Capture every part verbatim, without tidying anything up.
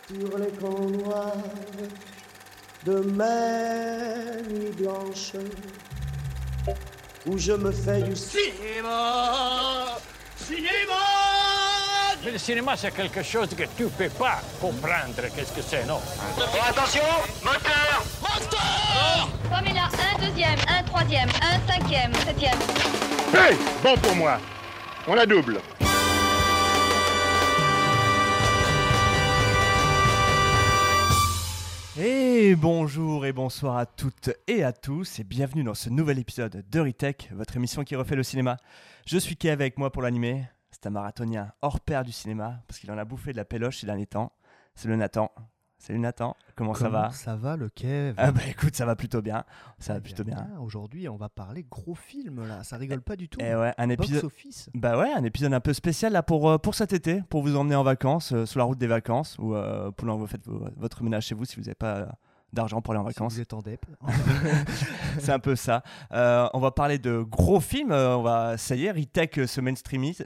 Sur les camps noirs de mes nuits blanches, où je me fais du cinéma, cinéma. Mais le cinéma, c'est quelque chose que tu peux pas comprendre. Qu'est-ce que c'est, non? Attention, moteur, moteur. Comme il y a un deuxième, un troisième, un cinquième, septième. Hey, bon pour moi. On la double. Et bonjour et bonsoir à toutes et à tous et bienvenue dans ce nouvel épisode de Retech, votre émission qui refait le cinéma. Je suis Kay avec moi pour l'animer. C'est un marathonien hors pair du cinéma parce qu'il en a bouffé de la péloche ces derniers temps. C'est le Nathan. Salut Nathan, comment, comment ça va? Ça va le Kev? Ah bah écoute, ça va plutôt bien. Ça va eh plutôt bien. bien. Aujourd'hui, on va parler gros film là, ça rigole pas du tout. Et ouais, un épisode. Box office. Bah ouais, un épisode un peu spécial là pour pour cet été, pour vous emmener en vacances, euh, sur la route des vacances ou euh, pendant que vous faites vos, votre ménage chez vous si vous n'avez pas euh, d'argent pour aller en vacances. Si vous êtes en dep. C'est un peu ça. Euh, on va parler de gros films. Euh, on va, ça y est, Retech se mainstreamise.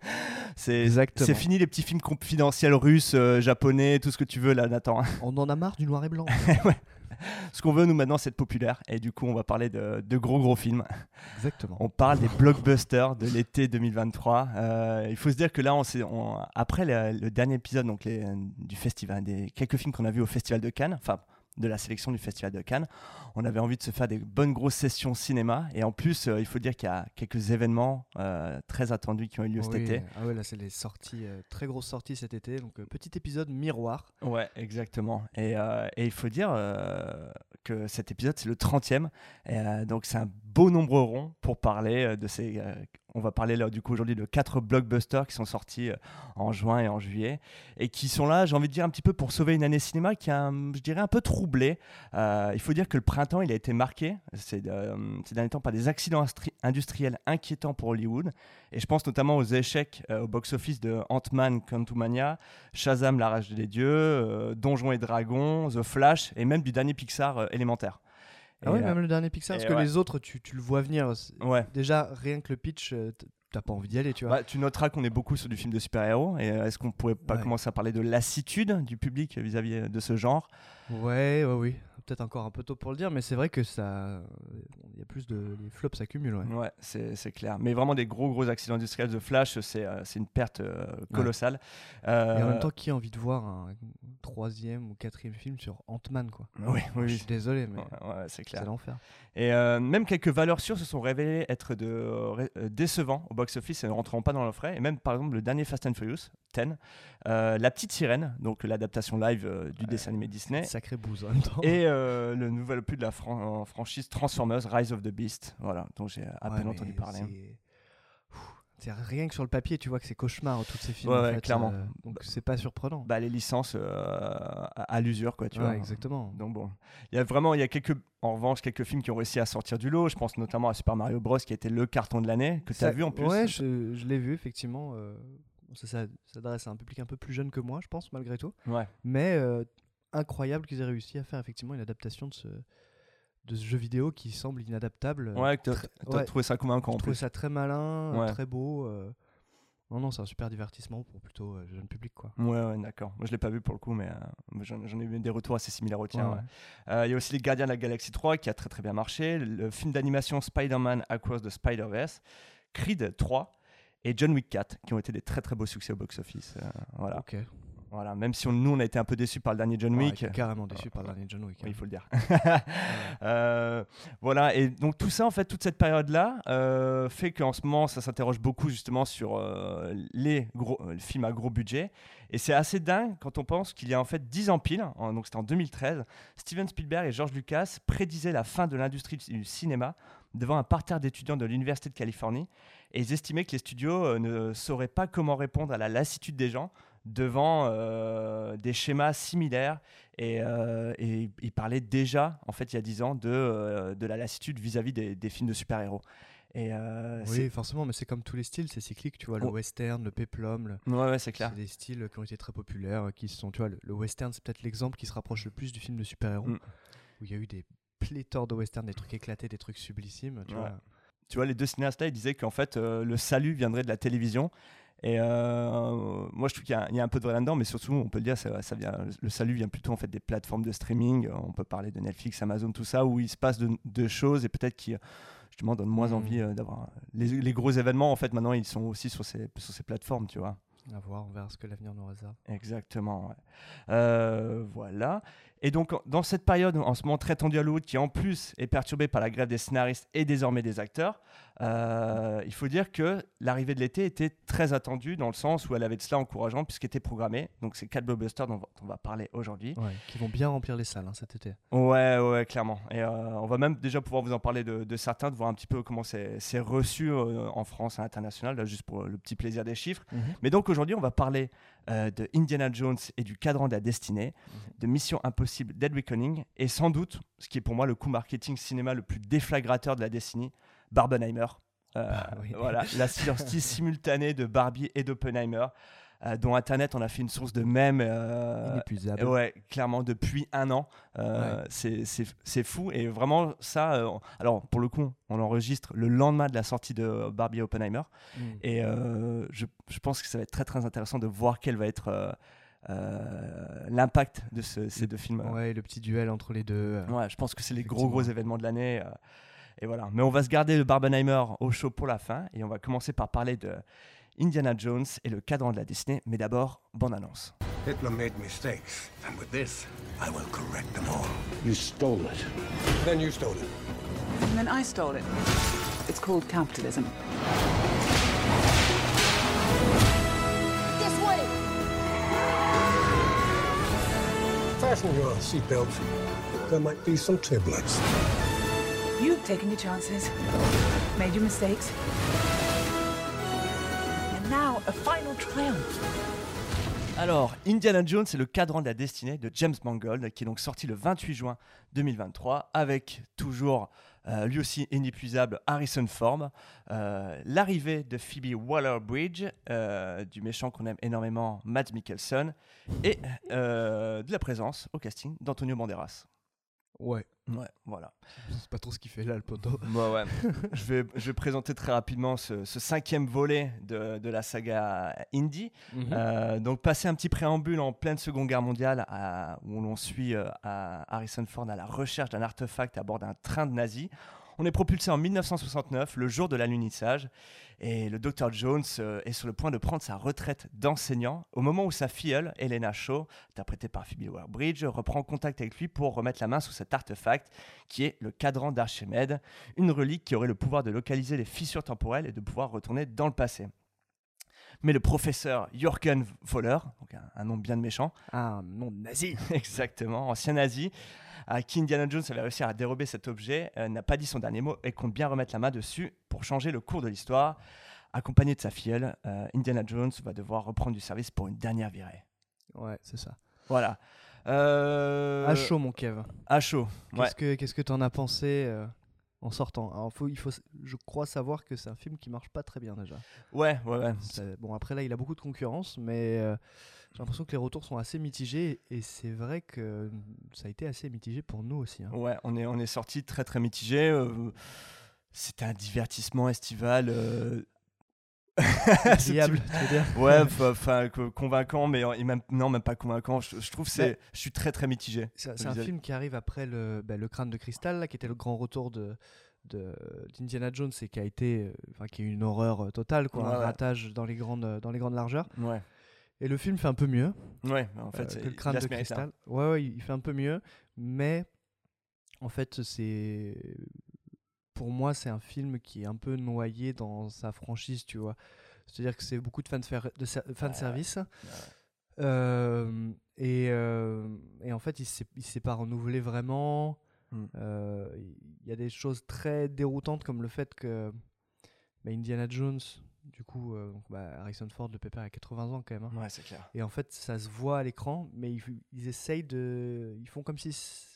c'est, Exactement. C'est fini les petits films confidentiels russes, euh, japonais, tout ce que tu veux là, Nathan. On en a marre du noir et blanc. Ouais. Ce qu'on veut nous maintenant, c'est être populaire. Et du coup, on va parler de, de gros gros films. Exactement. On parle des blockbusters de l'été deux mille vingt-trois. Euh, il faut se dire que là, on s'est, on, après le, le dernier épisode donc les, du festival, des quelques films qu'on a vus au Festival de Cannes, enfin de la sélection du Festival de Cannes, on avait envie de se faire des bonnes grosses sessions cinéma. Et en plus, euh, il faut dire qu'il y a quelques événements euh, très attendus qui ont eu lieu oui. cet été. Ah ouais, là, c'est les sorties, euh, très grosses sorties cet été. Donc, euh, petit épisode miroir. Ouais, exactement. Et, euh, et il faut dire euh, que cet épisode, c'est le trentième. Et, euh, donc, c'est un beau nombre rond pour parler de ces... Euh, on va parler là, du coup aujourd'hui de quatre blockbusters qui sont sortis euh, en juin et en juillet et qui sont là, j'ai envie de dire, un petit peu pour sauver une année cinéma qui est, un, je dirais, un peu troublée. Euh, il faut dire que le printemps, il a été marqué ces, euh, ces derniers temps par des accidents instri- industriels inquiétants pour Hollywood. Et je pense notamment aux échecs euh, au box-office de Ant-Man, Quantumania, Shazam, la rage des dieux, euh, Donjons et Dragons, The Flash et même du dernier Pixar, euh, Élémentaire. Ah ouais, euh, même le dernier Pixar, parce que ouais. les autres, tu, tu le vois venir. Ouais. Déjà, rien que le pitch, euh, t'as pas envie d'y aller, tu vois. Bah, tu noteras qu'on est beaucoup sur du film de super-héros. Et euh, est-ce qu'on pourrait pas ouais. commencer à parler de lassitude du public vis-à-vis de ce genre? Ouais, ouais, oui. Peut-être encore un peu tôt pour le dire, mais c'est vrai que ça, il y a plus de, les flops s'accumulent. Ouais, ouais c'est, c'est clair. Mais vraiment des gros gros accidents industriels. The Flash, c'est euh, c'est une perte euh, colossale. Ouais. Euh... Et en même temps, qui a envie de voir un troisième ou quatrième film sur Ant-Man, quoi? Oui, oui. Je suis désolé, mais ouais, ouais, c'est clair. C'est l'enfer. Et euh, même quelques valeurs sûres se sont révélées être de, euh, décevants au box-office et ne rentreront pas dans leurs frais. Et même par exemple le dernier Fast and Furious, dix, euh, La Petite Sirène, donc l'adaptation live euh, du ouais, dessin animé Disney. Sacré bouse en même temps. Et euh, le nouvel opus de la fran- franchise Transformers, Rise of the Beast, voilà, dont j'ai à peine ouais, entendu parler. C'est... C'est rien que sur le papier, tu vois que c'est cauchemar tous ces films. Ouais, en ouais fait, clairement. Euh, donc bah, c'est pas surprenant. Bah les licences euh, à, à l'usure, quoi, tu ouais, vois. Exactement. Donc bon, il y a vraiment, il y a quelques, en revanche, quelques films qui ont réussi à sortir du lot. Je pense notamment à Super Mario Bros, qui a été le carton de l'année que tu as vu en plus. Ouais, je, je l'ai vu effectivement. Euh, ça, ça s'adresse à un public un peu plus jeune que moi, je pense, malgré tout. Ouais. Mais euh, incroyable qu'ils aient réussi à faire effectivement une adaptation de ce. de ce jeu vidéo qui semble inadaptable. Ouais, t'as, très, t'as ouais, trouvé ça convaincant. J'ai trouvé ça très malin, ouais. très beau. Euh... Non, non, c'est un super divertissement pour plutôt euh, jeune public, quoi. Ouais, ouais, d'accord. Moi, je l'ai pas vu pour le coup, mais euh, j'en, j'en ai eu des retours assez similaires au tien. Il ouais, ouais. euh, y a aussi Les Gardiens de la Galaxie trois qui a très très bien marché, le film d'animation Spider-Man Across the Spider-Verse, Creed trois et John Wick quatre qui ont été des très très beaux succès au box-office. Euh, voilà. Ok. Voilà, même si on, nous on a été un peu déçus par le dernier John Wick. Ouais, carrément déçus euh, par le dernier John Wick. Oui, il faut le dire. euh, voilà, et donc tout ça, en fait, toute cette période-là, euh, fait qu'en ce moment, ça s'interroge beaucoup justement sur euh, les, gros, euh, les films à gros budget. Et c'est assez dingue quand on pense qu'il y a en fait dix ans pile, en, donc c'était en deux mille treize, Steven Spielberg et George Lucas prédisaient la fin de l'industrie du cinéma devant un parterre d'étudiants de l'Université de Californie. Et ils estimaient que les studios euh, ne sauraient pas comment répondre à la lassitude des gens devant euh, des schémas similaires et, euh, et il parlait déjà en fait il y a dix ans de, euh, de la lassitude vis-à-vis des, des films de super-héros. Et euh, oui c'est... forcément, mais c'est comme tous les styles, c'est cyclique, tu vois, oh. le western, le péplum, le... ouais, ouais, c'est clair. C'est des styles qui ont été très populaires, qui sont, tu vois, le, le western c'est peut-être l'exemple qui se rapproche le plus du film de super-héros, mm. où il y a eu des pléthores de western, des trucs éclatés, des trucs sublissimes, tu ouais. vois. Tu vois, les deux cinéastes là, ils disaient qu'en fait euh, le salut viendrait de la télévision. Et euh, moi, je trouve qu'il y a, il y a un peu de vrai là-dedans, mais surtout, on peut le dire, ça, ça vient, le salut vient plutôt en fait des plateformes de streaming. On peut parler de Netflix, Amazon, tout ça, où il se passe de, de choses et peut-être qui justement donnent moins mmh. envie euh, d'avoir les, les gros événements. En fait, maintenant, ils sont aussi sur ces, sur ces plateformes, tu vois. À voir, on verra ce que l'avenir nous réserve. Exactement. Ouais. Euh, voilà. Et donc, dans cette période en ce moment très tendue à Hollywood, qui en plus est perturbée par la grève des scénaristes et désormais des acteurs, euh, il faut dire que l'arrivée de l'été était très attendue dans le sens où elle avait de cela encourageant puisqu'elle était programmée. Donc, c'est quatre blockbusters dont on va parler aujourd'hui. Ouais, qui vont bien remplir les salles hein, cet été. Ouais, ouais, clairement. Et euh, on va même déjà pouvoir vous en parler de, de certains, de voir un petit peu comment c'est, c'est reçu euh, en France, à l'international, là, juste pour le petit plaisir des chiffres. Mm-hmm. Mais donc, aujourd'hui, on va parler euh, de Indiana Jones et du Cadran de la Destinée, mm-hmm. de Mission Impossible Dead Reckoning, et sans doute, ce qui est pour moi le coup marketing cinéma le plus déflagrateur de la décennie, Barbenheimer. Euh, ah, oui. Voilà, la sortie simultanée de Barbie et d'Oppenheimer, euh, dont Internet en a fait une source de mèmes. Euh, Inépuisable. Ouais, clairement, depuis un an. Euh, ouais. c'est, c'est, c'est fou. Et vraiment, ça. Euh, alors, pour le coup, on l'enregistre le lendemain de la sortie de Barbie et Oppenheimer. Mm. Et euh, je, je pense que ça va être très, très intéressant de voir quel va être. Euh, Euh, l'impact de ce, ces deux films. Ouais, le petit duel entre les deux. Ouais, je pense que c'est les gros gros événements de l'année. Euh, et voilà. Mais on va se garder le Barbenheimer au chaud pour la fin et on va commencer par parler de Indiana Jones et le Cadran de la Destinée. Mais d'abord, bonne annonce. Hitler made mistakes, and with this, I will correct them all. You stole it. Then you stole it. And then I stole it. It's called capitalism. Fasten your seatbelts. There might be some turbulence. You've taken your chances, made your mistakes, and now a final triumph. Alors, Indiana Jones et le Cadran de la Destinée de James Mangold, qui est donc sorti le vingt-huit juin deux mille vingt-trois, avec toujours euh, lui aussi inépuisable Harrison Ford, euh, l'arrivée de Phoebe Waller-Bridge, euh, du méchant qu'on aime énormément Mads Mikkelsen, et euh, de la présence au casting d'Antonio Banderas. Ouais. Ouais, voilà. C'est pas trop ce qu'il fait là, le poteau. Bah ouais. je, vais, je vais présenter très rapidement ce, ce cinquième volet de, de la saga Indy. Mm-hmm. Euh, donc, passer un petit préambule en pleine Seconde Guerre mondiale à, où l'on suit euh, à Harrison Ford à la recherche d'un artefact à bord d'un train de nazis. On est propulsé en dix-neuf cent soixante-neuf, le jour de l'alunissage, et le docteur Jones euh, est sur le point de prendre sa retraite d'enseignant au moment où sa filleule, Helena Shaw, interprétée par Phoebe Waller-Bridge, reprend contact avec lui pour remettre la main sur cet artefact qui est le cadran d'Archimède, une relique qui aurait le pouvoir de localiser les fissures temporelles et de pouvoir retourner dans le passé. Mais le professeur Jürgen Voller, donc un, un nom bien de méchant, un nom de nazi, exactement, ancien nazi, à qui Indiana Jones avait réussi à dérober cet objet, euh, n'a pas dit son dernier mot et compte bien remettre la main dessus pour changer le cours de l'histoire. Accompagné de sa filleule, euh, Indiana Jones va devoir reprendre du service pour une dernière virée. Ouais, c'est ça. Voilà. Euh... À chaud, mon Kev. À chaud. Qu'est-ce ouais. que qu'est-ce que t'en as pensé euh, en sortant? Alors, faut, il faut, je crois savoir que c'est un film qui marche pas très bien déjà. Ouais, ouais, ouais. C'est, bon, après là, il a beaucoup de concurrence, mais euh, j'ai l'impression que les retours sont assez mitigés et c'est vrai que ça a été assez mitigé pour nous aussi. Hein. Ouais, on est on est sorti très très mitigé. Euh, c'était un divertissement estival. Euh... Diable, tu veux dire? Ouais, enfin convaincant, mais même, non, même pas convaincant. Je, je trouve que c'est, je suis très très mitigé. C'est, c'est un film qui arrive après le, bah, le Crâne de cristal, là, qui était le grand retour de, de d'Indiana Jones et qui a été, enfin, qui est une horreur totale, quoi, ouais, un ouais. ratage dans les grandes, dans les grandes largeurs. Ouais. Et le film fait un peu mieux. Ouais, en fait, euh, que le Crâne de cristal. Ouais, ouais, il fait un peu mieux, mais en fait, c'est pour moi, c'est un film qui est un peu noyé dans sa franchise, tu vois. C'est-à-dire que c'est beaucoup de fan, fer- de ser- fan service. Ouais. Ouais. Euh, et, euh, et en fait, il s'est, il s'est pas renouvelé vraiment. Il mm. euh, y a des choses très déroutantes comme le fait que bah, Indiana Jones, du coup, euh, donc, bah, Harrison Ford, le pépère, a quatre-vingts ans quand même. Hein. Ouais, c'est clair. Et en fait, ça se voit à l'écran, mais ils, ils essayent de. Ils font comme si.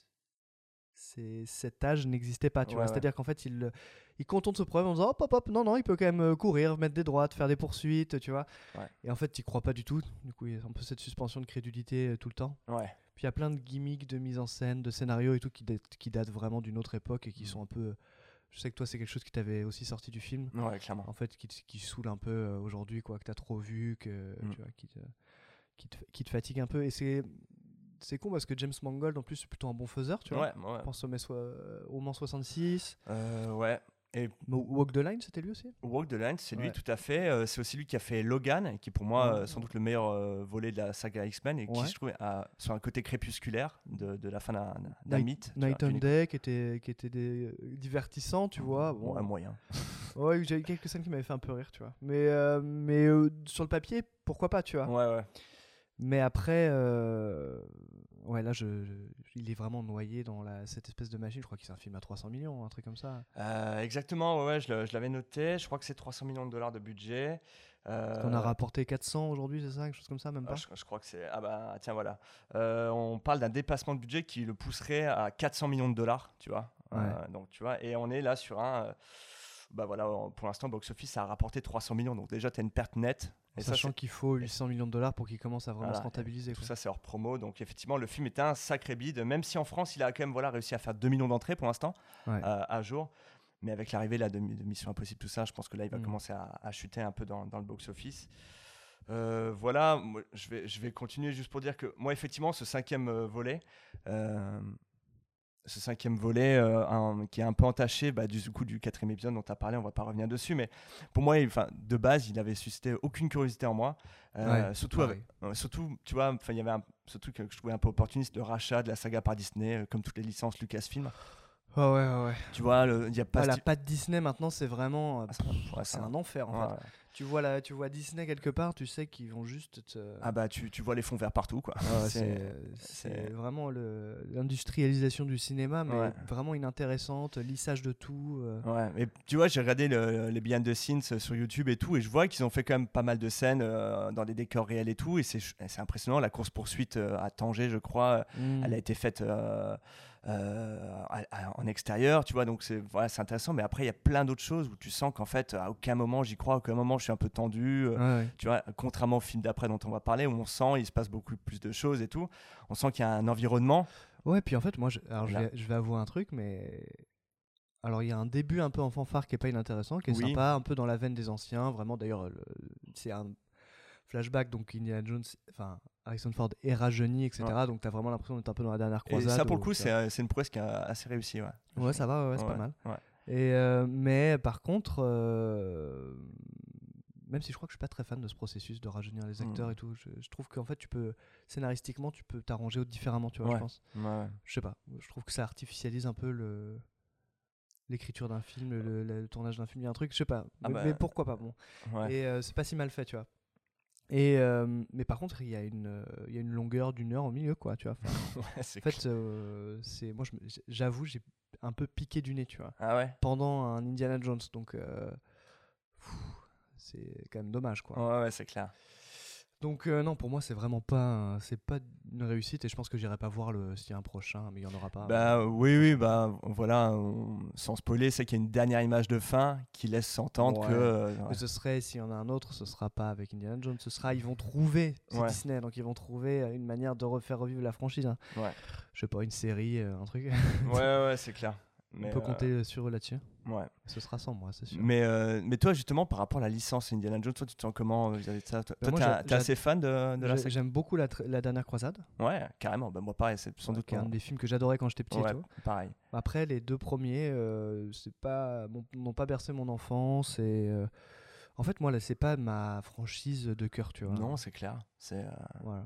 C'est, cet âge n'existait pas, tu ouais, vois. Ouais. C'est-à-dire qu'en fait, il, il contourne ce problème en disant hop, hop, hop, non, non, il peut quand même courir, mettre des droites, faire des poursuites, tu vois. Ouais. Et en fait, tu n'y crois pas du tout. Du coup, il y a un peu cette suspension de crédulité euh, tout le temps. Ouais. Puis il y a plein de gimmicks de mise en scène, de scénarios et tout qui, datent, qui datent vraiment d'une autre époque et qui mmh. sont un peu Je sais que toi, c'est quelque chose qui t'avait aussi sorti du film. Ouais, clairement. En fait, qui, te- qui saoule un peu euh, aujourd'hui, quoi, que t'as trop vu, que Mm. tu vois, qui te, qui te, qui te fatigue un peu. Et c'est, c'est con parce que James Mangold, en plus, c'est plutôt un bon faiseur, tu vois. Ouais, ouais. Je pense au, Mai soi- au Mans soixante-six. Euh, ouais. Et Mo- Walk the Line, c'était lui aussi. Walk the Line, c'est lui, Ouais. tout à fait. Euh, c'est aussi lui qui a fait Logan, qui est pour moi Ouais. euh, sans doute le meilleur euh, volet de la saga X-Men et qui, Ouais. je trouve, a sur un côté crépusculaire de, de la fin d'un, d'un Night, mythe. tu Night vois, on d'une- Day, qui était, qui était des, euh, divertissant, tu vois. Bon, Ouais, moyen. ouais, j'ai eu quelques scènes qui m'avaient fait un peu rire, tu vois. Mais, euh, mais euh, sur le papier, pourquoi pas, tu vois. Ouais, ouais. Mais après, euh, ouais, là, je, je- il est vraiment noyé dans la, cette espèce de machine. Je crois que c'est un film à trois cents millions, un truc comme ça. Euh, exactement, ouais, ouais, je, le- je l'avais noté. Je crois que c'est trois cents millions de dollars de budget. Euh, Qu'on a rapporté quatre cents aujourd'hui, c'est ça, quelque chose comme ça, même ah, pas. je, je crois que c'est. Ah bah tiens, voilà. Euh, on parle d'un dépassement de budget qui le pousserait à quatre cents millions de dollars, tu vois. Ouais. Euh, donc, tu vois, et on est là sur un. euh, Bah voilà, pour l'instant, box-office, ça a rapporté trois cents millions. Donc, déjà, tu as une perte nette. Et ça, Sachant c'est- qu'il faut huit cents millions de dollars pour qu'il commence à vraiment Voilà, se rentabiliser. Tout quoi. ça, c'est hors promo. Donc, effectivement, le film était un sacré bide. Même si en France, il a quand même voilà, réussi à faire deux millions d'entrées pour l'instant, Ouais. euh, à jour. Mais avec l'arrivée là, de, de Mission Impossible, tout ça, je pense que là, il va Mm. commencer à, à chuter un peu dans, dans le box-office. Euh, voilà, moi, je, vais, je vais continuer juste pour dire que moi, effectivement, ce cinquième euh, volet, euh, ce cinquième volet euh, un- qui est un peu entaché bah, du coup du quatrième épisode dont tu as parlé, on va pas revenir dessus, mais pour moi, il- enfin, de base, il avait suscité aucune curiosité en moi. Euh, Ouais, surtout, pareil. avec- euh, surtout, tu vois, enfin, il y avait un, surtout que je trouvais un peu opportuniste le rachat de la saga par Disney, euh, comme toutes les licences Lucasfilm. Ouais, ouais, ouais. ouais. Tu vois, le- il y a pas Ah, la ce- patte Disney maintenant, c'est vraiment. euh, Ah, c'est- pff, ouais, c'est ça- un enfer en Ouais, fait. ouais. Tu vois, la, tu vois Disney quelque part, tu sais qu'ils vont juste te. Ah bah tu, tu vois les fonds verts partout quoi. Ah ouais, C'est- c'est c'est- c'est vraiment le- l'industrialisation du cinéma, mais Ouais. vraiment inintéressante, lissage de tout. euh. Ouais, mais tu vois, j'ai regardé le- les behind the scenes sur YouTube et tout, et je vois qu'ils ont fait quand même pas mal de scènes euh, dans des décors réels et tout, et c'est ch- c'est impressionnant. La course poursuite à Tanger, je crois, Mm. elle a été faite euh, euh, à- à- en extérieur, tu vois, donc c'est voilà, c'est intéressant. Mais après, il y a plein d'autres choses où tu sens qu'en fait, à aucun moment j'y crois, à aucun moment je suis un peu tendu. euh, Ouais, ouais. Tu vois, contrairement au film d'après dont on va parler, où on sent il se passe beaucoup plus de choses et tout. On sent qu'il y a un environnement. Ouais, puis en fait, moi, je, alors je, Voilà. vais, je vais avouer un truc, mais. Alors, il y a un début un peu en fanfare qui est pas inintéressant, qui est Oui. sympa, un peu dans la veine des anciens. Vraiment, d'ailleurs, le- c'est un flashback, donc Indiana Jones, enfin, Harrison Ford est rajeuni, et cetera. Donc, t'as vraiment l'impression d'être un peu dans la dernière Et croisade. ça, pour le où coup, ça- c'est euh, c'est une prouesse qui a assez réussi. Ouais, Ouais, ça va, ouais, ouais, c'est Ouais, pas mal. ouais. Et euh, mais par contre, euh, même si je crois que je suis pas très fan de ce processus de rajeunir les acteurs Mm. et tout, je, je trouve qu'en fait, tu peux scénaristiquement, tu peux t'arranger différemment, tu vois, Ouais. je pense. Ouais. Je sais pas, je trouve que ça artificialise un peu le l'écriture d'un film, le, le- le tournage d'un film, il y a un truc, je sais pas, Ah mais, bah, mais pourquoi pas, bon. Ouais. Et euh, c'est pas si mal fait, tu vois. Et euh, mais par contre, il y a une euh, il y a une longueur d'une heure au milieu, quoi, tu vois. Enfin, Ouais, c'est en fait, euh, c'est moi, je me- j'avoue, j'ai un peu piqué du nez, tu vois, Ah ouais. pendant un Indiana Jones, donc euh, pff, c'est quand même dommage, quoi. Ouais, ouais, c'est clair. Donc euh, non, pour moi, c'est vraiment pas un- c'est pas une réussite, et je pense que j'irai pas voir le s'il y a un prochain, mais il y en aura pas. Bah oui, oui, bah voilà, on- sans spoiler, c'est qu'il y a une dernière image de fin qui laisse s'entendre Ouais. que. euh, Mais ouais. ce serait, s'il y en a un autre, ce sera pas avec Indiana Jones, ce sera, ils vont trouver, c'est Ouais. Disney, donc ils vont trouver euh, une manière de refaire revivre la franchise. hein. Ouais. Je sais pas, une série, euh, un truc. Ouais, ouais, c'est clair. Mais, On peut euh, compter sur eux là-dessus. Ouais. Ce sera sans moi, c'est sûr. Mais, euh, mais toi, justement, par rapport à la licence Indiana Jones, toi, tu te sens comment vis-à-vis de ça? Toi, Bah, toi, moi, t'es j'a- un- t'es j'a- assez fan de, de la J'ai- série? J'aime beaucoup la, tr- la dernière croisade, Ouais, carrément. Bah, moi, pareil, c'est sans doute qui est un mon- des films que j'adorais quand j'étais petit. et Ouais, tout. pareil. Après, les deux premiers, euh, c'est pas, m'ont- n'ont pas bercé mon enfance. Et euh, en fait, moi, là, c'est pas ma franchise de cœur, tu vois. Non, c'est clair. C'est. euh, Voilà.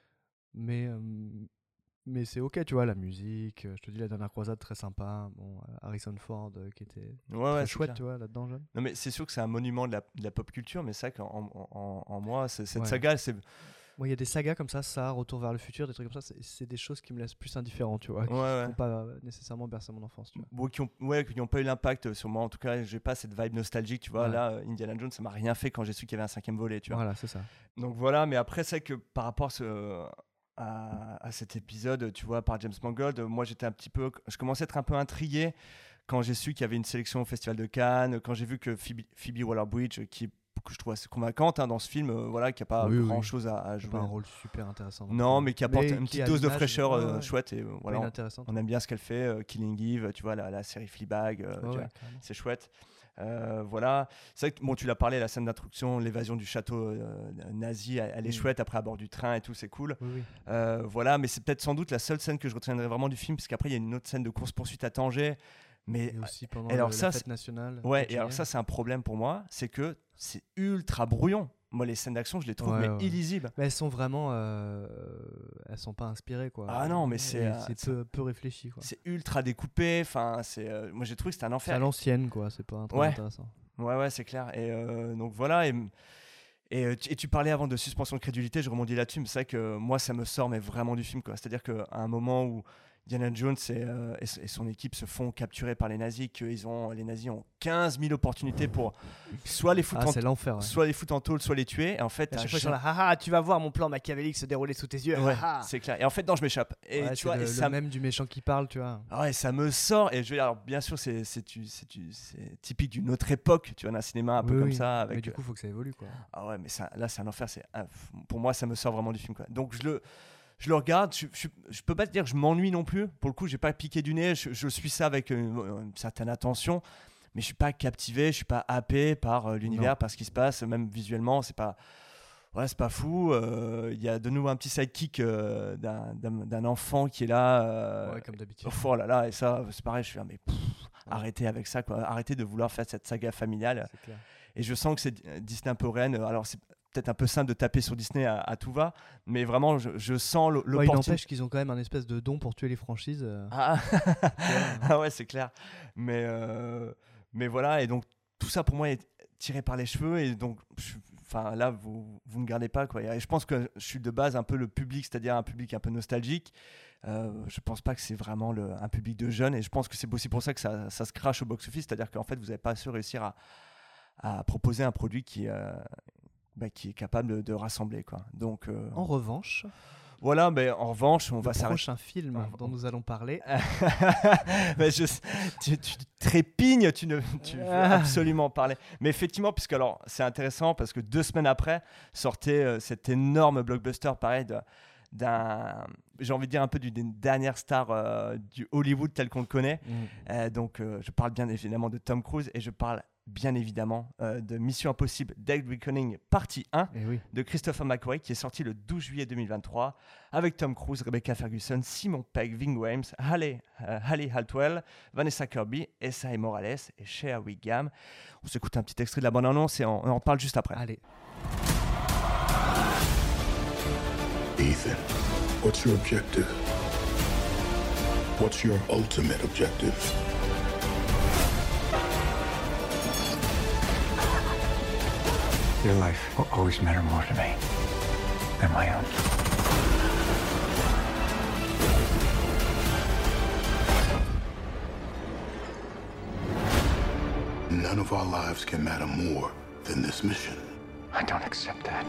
Mais, euh, mais c'est ok, tu vois, la musique. euh, Je te dis, la dernière croisade, très sympa. Bon, euh, Harrison Ford euh, qui était Ouais, très ouais, c'est chouette, clair. tu vois, là-dedans, jeune. Non, mais c'est sûr que c'est un monument de la, de la pop culture, mais c'est vrai qu'en en, en- en moi, c'est- cette Ouais. saga, c'est. Moi, il y a des sagas comme ça, ça, Retour vers le futur, des trucs comme ça. c'est- C'est des choses qui me laissent plus indifférent, tu vois. Qui Ouais, ouais. n'ont pas euh, nécessairement bercé mon enfance, tu vois. Bon, qui ont, ouais, qui n'ont pas eu l'impact sur moi. En tout cas, j'ai pas cette vibe nostalgique, tu vois. Ouais. Là, euh, Indiana Jones, ça m'a rien fait quand j'ai su qu'il y avait un cinquième volet, tu vois. Voilà, c'est ça. Donc voilà, mais après, c'est que par rapport à, ce- à, à cet épisode, tu vois, par James Mangold, moi, j'étais un petit peu, je commençais à être un peu intrigué quand j'ai su qu'il y avait une sélection au Festival de Cannes, quand j'ai vu que Phoebe, Phoebe Waller-Bridge, qui est que je trouve assez convaincante hein, dans ce film, euh, voilà, qui n'a pas Oui, oui. grand-chose à, à jouer. Pas un rôle super intéressant. Non, mais qui apporte Mais une qui petite a dose de l'image, fraîcheur ouais, euh, ouais. chouette. Et, euh, voilà, Pas on, inintéressante. on aime bien ce qu'elle fait. euh, Killing Eve, tu vois, la, la série Fleabag, euh, Ouais, tu ouais, vois, carrément. c'est chouette. Euh, voilà, c'est vrai que bon, tu l'as parlé, la scène d'introduction, l'évasion du château euh, nazi, elle, elle est Mm. chouette. Après, à bord du train et tout, c'est cool. Oui, oui. Euh, voilà, mais c'est peut-être sans doute la seule scène que je retiendrai vraiment du film, parce qu'après, il y a une autre scène de course-poursuite à Tanger. Mais Et aussi pendant et alors le- ça, la fête c'est- nationale. ouais, c'est et alors génial. ça, c'est un problème pour moi, c'est que c'est ultra brouillon. Moi, les scènes d'action, je les trouve Ouais, mais ouais. illisibles. Mais elles sont vraiment. euh, Elles sont pas inspirées, quoi. Ah non, mais Et c'est, euh, c'est c'est- peu, peu réfléchi, quoi. C'est ultra découpé. Enfin, c'est. euh, moi, j'ai trouvé que c'était un C'est enfer. à l'ancienne, quoi. C'est pas un truc Ouais. intéressant. Ouais, ouais, c'est clair. Et euh, donc voilà. Et, et, euh, tu- et tu parlais avant de suspension de crédulité, je rebondis là-dessus. Mais c'est vrai que moi, ça me sort mais vraiment du film, quoi. C'est-à-dire qu'à un moment où Indiana Jones et, euh, et, s- et son équipe se font capturer par les nazis, que ils ont, les nazis ont quinze mille opportunités pour soit les foutre Ah, en c'est l'enfer. Ouais. soit les foutre en tôle, soit les tuer. Et en fait, Et à à chaque fois, ils sont chaque- là, haha, tu vas voir mon plan machiavélique se dérouler sous tes yeux. Ouais, haha. c'est clair. Et en fait, non, je m'échappe. Et Ouais, tu c'est vois, le, et le ça, même du méchant qui parle, tu vois. ah ouais, ça me sort. Et je veux dire, alors, bien sûr, c'est, c'est, tu- c'est, tu- c'est typique d'une autre époque, tu vois, d'un cinéma un peu Oui, comme oui. ça. Mais Avec, du coup, faut que ça évolue, quoi. ah ouais, mais ça, là, c'est un enfer. C'est un- pour moi, ça me sort vraiment du film, quoi. Donc, je le, je le regarde. Je, je, je peux pas te dire que je m'ennuie non plus. Pour le coup, j'ai pas piqué du nez. Je, je suis ça avec une, une certaine attention. Mais je suis pas captivé, je suis pas happé par euh, l'univers, Non. par ce qui se passe. Même visuellement, c'est pas. Ouais, c'est pas fou. Euh, Il y a de nouveau un petit sidekick euh, d'un, d'un, d'un enfant qui est là. euh, Ouais, comme d'habitude. Oh là là, et ça, c'est pareil, je suis là, mais pff, arrêtez avec ça, quoi. Arrêtez de vouloir faire cette saga familiale. C'est clair. Et je sens que c'est euh, Disney un peu reine. Alors, c'est peut-être un peu simple de taper sur Disney à, à tout va, mais vraiment, je, je sens l'o- Ouais, il l'opportunité. n'empêche qu'ils ont quand même un espèce de don pour tuer les franchises. euh. Ah, ah ouais, c'est clair. Mais, euh, mais voilà, et donc tout ça pour moi est tiré par les cheveux, et donc, je- enfin là, vous vous me gardez pas, quoi. Et je pense que je suis de base un peu le public, c'est-à-dire un public un peu nostalgique. Euh, je pense pas que c'est vraiment le, un public de jeunes, et je pense que c'est aussi pour ça que ça, ça se crache au box-office, c'est-à-dire qu'en fait, vous n'avez pas su réussir à, à proposer un produit qui, euh, bah, qui est capable de, de rassembler, quoi. Donc euh, En revanche, voilà, mais en revanche, on le va s'arrêter. prochain film Ah, dont nous allons parler. Mais je, tu, tu trépignes, tu ne tu veux Ah. absolument parler. Mais effectivement, puisque alors c'est intéressant parce que deux semaines après sortait euh, cet énorme blockbuster, pareil, de- d'un, j'ai envie de dire un peu d'une dernière star euh, du Hollywood tel qu'on le connaît. Mm. Euh, donc euh, je parle bien évidemment de Tom Cruise, et je parle bien évidemment euh, de Mission Impossible Dead Reckoning partie un Et oui. de Christopher McQuarrie, qui est sorti le douze juillet deux mille vingt-trois avec Tom Cruise, Rebecca Ferguson, Simon Pegg, Ving Rhames, Halle, euh, Halle Haltwell, Vanessa Kirby, Essa Morales et Shea Wiggum. On s'écoute un petit extrait de la bande-annonce et on, on en parle juste après. Allez. Ethan, what's your objective? What's your ultimate objective? Your life will always matter more to me than my own. None of our lives can matter more than this mission. I don't accept that.